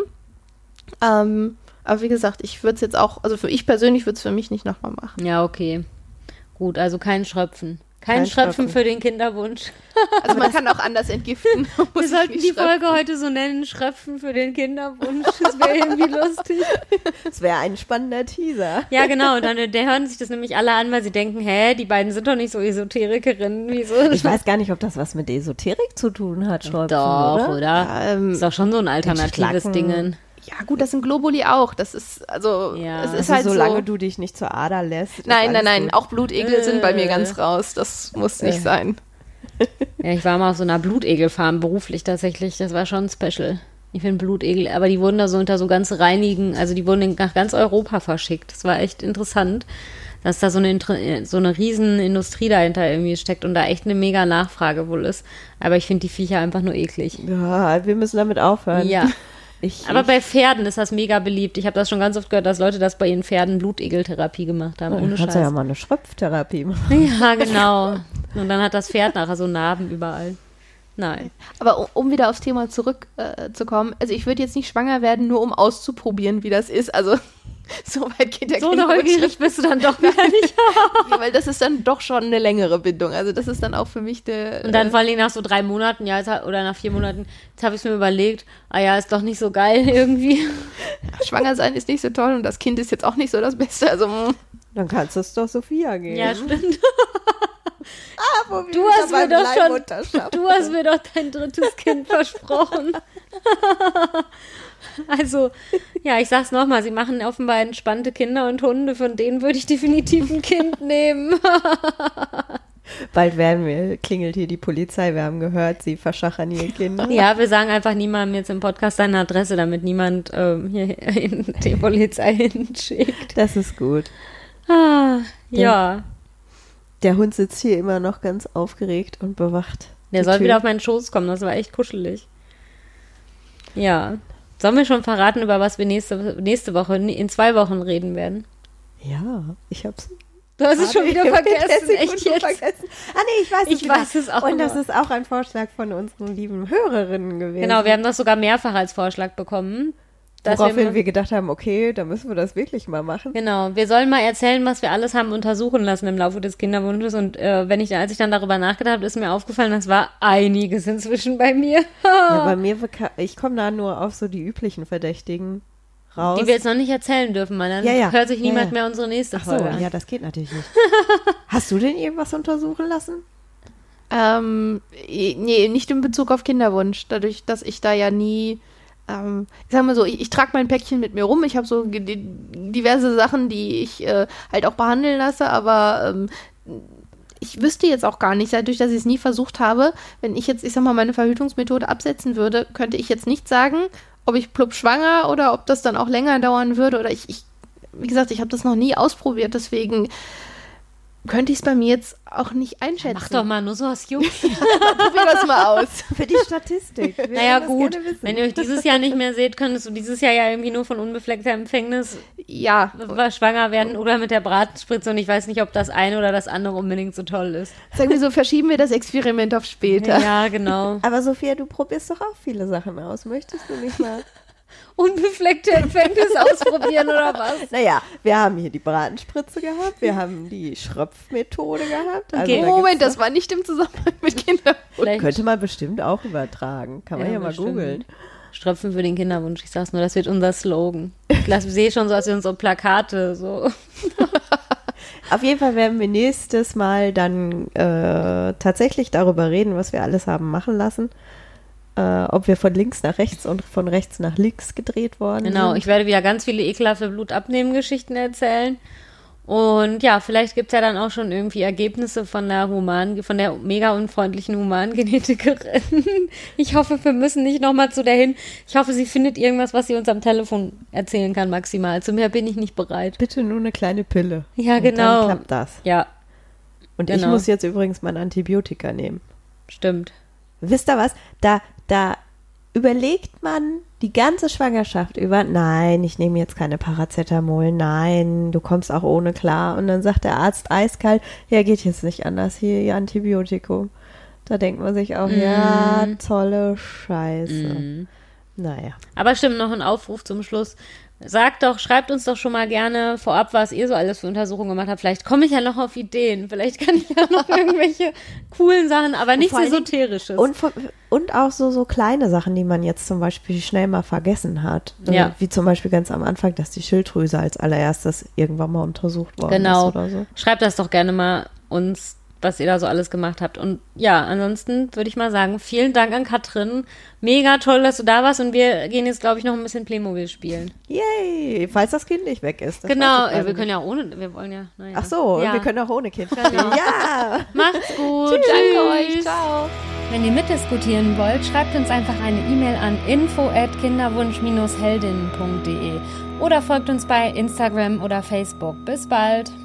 Aber wie gesagt, ich würde es jetzt auch, also ich persönlich würde es für mich nicht nochmal machen.
Ja, okay. Gut, also kein Schröpfen. Kein Schröpfen für den Kinderwunsch.
Also man kann auch anders entgiften.
Wir sollten die Folge heute so nennen, Schröpfen für den Kinderwunsch. Das wäre irgendwie lustig.
Das wäre ein spannender Teaser.
Ja, genau. Und dann hören sich das nämlich alle an, weil sie denken, die beiden sind doch nicht so Esoterikerinnen. Wieso?
Ich weiß gar nicht, ob das was mit Esoterik zu tun hat, Schröpfen,
doch, oder? Ist doch schon so ein alternatives Ding.
Ja gut, das sind Globuli auch. Das ist, also, es ist
also
halt
solange
so,
du dich nicht zur Ader lässt.
Nein, auch Blutegel sind bei mir ganz raus. Das muss nicht sein.
Ja, ich war mal auf so einer Blutegelfarm beruflich tatsächlich. Das war schon special. Ich finde Blutegel, aber die wurden da so unter so ganz reinigen, also die wurden nach ganz Europa verschickt. Das war echt interessant, dass da so eine riesen Industrie dahinter irgendwie steckt und da echt eine mega Nachfrage wohl ist. Aber ich finde die Viecher einfach nur eklig.
Ja, wir müssen damit aufhören.
Ja. Aber bei Pferden ist das mega beliebt. Ich habe das schon ganz oft gehört, dass Leute das bei ihren Pferden Blutegeltherapie gemacht haben. Ohne Scheiß.
Kannst du ja mal eine Schröpftherapie machen.
Ja, genau. Und dann hat das Pferd nachher so Narben überall. Nein.
Aber um wieder aufs Thema zurückzukommen, also ich würde jetzt nicht schwanger werden, nur um auszuprobieren, wie das ist. Also so weit geht der
So neugierig bist du dann doch wieder nicht.
Ja, weil das ist dann doch schon eine längere Bindung. Also das ist dann auch für mich
Und dann vor allem nach so 3 Monaten, oder nach 4 Monaten, jetzt habe ich es mir überlegt, ist doch nicht so geil irgendwie.
Schwanger sein ist nicht so toll und das Kind ist jetzt auch nicht so das Beste. Also
dann kannst du es doch Sophia geben.
Ja, stimmt. Du hast mir doch dein 3. Kind versprochen. Also, ja, ich sag's nochmal, sie machen offenbar entspannte Kinder und Hunde, von denen würde ich definitiv ein Kind nehmen.
Bald klingelt hier die Polizei, wir haben gehört, sie verschachern ihre Kinder.
Ja, wir sagen einfach niemandem jetzt im Podcast seine Adresse, damit niemand hier die Polizei hinschickt.
Das ist gut.
Ja.
Der Hund sitzt hier immer noch ganz aufgeregt und bewacht.
Der soll wieder auf meinen Schoß kommen, das war echt kuschelig. Ja. Sollen wir schon verraten, über was wir nächste Woche, in 2 Wochen reden werden?
Ja, ich hab's.
Du hast es schon wieder vergessen, echt jetzt?
Vergessen. Nee, ich weiß es auch. Und das ist auch ein Vorschlag von unseren lieben Hörerinnen gewesen.
Genau, wir haben das sogar mehrfach als Vorschlag bekommen.
Woraufhin wir gedacht haben, okay, da müssen wir das wirklich mal machen.
Genau, wir sollen mal erzählen, was wir alles haben untersuchen lassen im Laufe des Kinderwunsches. Und als ich dann darüber nachgedacht habe, ist mir aufgefallen, das war einiges inzwischen bei mir.
Ja, bei mir, ich komme da nur auf so die üblichen Verdächtigen raus.
Die wir jetzt noch nicht erzählen dürfen, weil dann hört sich niemand mehr unsere nächste Folge an.
Ja, das geht natürlich nicht. Hast du denn irgendwas untersuchen lassen?
Nee, nicht in Bezug auf Kinderwunsch. Dadurch, dass ich da ja nie... ich sag mal so, ich trage mein Päckchen mit mir rum. Ich habe so diverse Sachen, die ich halt auch behandeln lasse, aber ich wüsste jetzt auch gar nicht, dadurch, dass ich es nie versucht habe, wenn ich jetzt, ich sag mal, meine Verhütungsmethode absetzen würde, könnte ich jetzt nicht sagen, ob ich plupp schwanger oder ob das dann auch länger dauern würde oder wie gesagt, ich habe das noch nie ausprobiert, deswegen könnte ich es bei mir jetzt auch nicht einschätzen.
Mach doch mal nur so aus Jux.
Probier das mal aus.
Für die Statistik.
Naja gut, wenn ihr euch dieses Jahr nicht mehr seht, könntest du dieses Jahr ja irgendwie nur von unbefleckter Empfängnis schwanger werden oder mit der Bratenspritze und ich weiß nicht, ob das eine oder das andere unbedingt so toll ist.
Sagen wir so, verschieben wir das Experiment auf später.
Ja, genau.
Aber Sophia, du probierst doch auch viele Sachen aus. Möchtest du nicht mal...
Unbefleckte Empfängnis ausprobieren oder was?
Naja, wir haben hier die Bratenspritze gehabt, wir haben die Schröpfmethode gehabt.
Okay. Also Moment, das war nicht im Zusammenhang mit Kinderwunsch.
Könnte man bestimmt auch übertragen. Kann man ja mal googeln.
Ströpfen für den Kinderwunsch, ich sag's nur, das wird unser Slogan. Ich sehe schon so, als wir unsere Plakate so.
Auf jeden Fall werden wir nächstes Mal dann tatsächlich darüber reden, was wir alles haben machen lassen. Ob wir von links nach rechts und von rechts nach links gedreht worden sind.
Genau, ich werde wieder ganz viele ekelhafte Blutabnehmen-Geschichten erzählen. Und ja, vielleicht gibt es ja dann auch schon irgendwie Ergebnisse von der mega unfreundlichen Humangenetikerin. Ich hoffe, wir müssen nicht nochmal zu der hin. Ich hoffe, sie findet irgendwas, was sie uns am Telefon erzählen kann, maximal. Zu mehr bin ich nicht bereit.
Bitte nur eine kleine Pille.
Ja, genau.
Und dann klappt das.
Ja.
Und ich muss jetzt übrigens mein Antibiotika nehmen.
Stimmt.
Wisst ihr was? Da überlegt man die ganze Schwangerschaft über, nein, ich nehme jetzt keine Paracetamol, nein, du kommst auch ohne klar. Und dann sagt der Arzt eiskalt, ja, geht jetzt nicht anders, hier ihr Antibiotikum. Da denkt man sich auch, ja, tolle Scheiße. Naja.
Aber stimmt, noch ein Aufruf zum Schluss. Schreibt uns doch schon mal gerne vorab, was ihr so alles für Untersuchungen gemacht habt. Vielleicht komme ich ja noch auf Ideen. Vielleicht kann ich ja noch irgendwelche coolen Sachen, aber nichts Esoterisches.
Und auch so kleine Sachen, die man jetzt zum Beispiel schnell mal vergessen hat.
Ja.
Wie zum Beispiel ganz am Anfang, dass die Schilddrüse als allererstes irgendwann mal untersucht worden ist oder so.
Schreibt das doch gerne mal uns, was ihr da so alles gemacht habt. Und ja, ansonsten würde ich mal sagen, vielen Dank an Katrin. Mega toll, dass du da warst und wir gehen jetzt, glaube ich, noch ein bisschen Playmobil spielen.
Yay, falls das Kind nicht weg ist.
Genau, wir können ja auch ohne, wir wollen ja, naja.
Ach so, wir können auch ohne Kind spielen. Ja.
Macht's gut.
Tschüss. Danke euch. Ciao.
Wenn ihr mitdiskutieren wollt, schreibt uns einfach eine E-Mail an info@kinderwunsch-heldinnen.de oder folgt uns bei Instagram oder Facebook. Bis bald.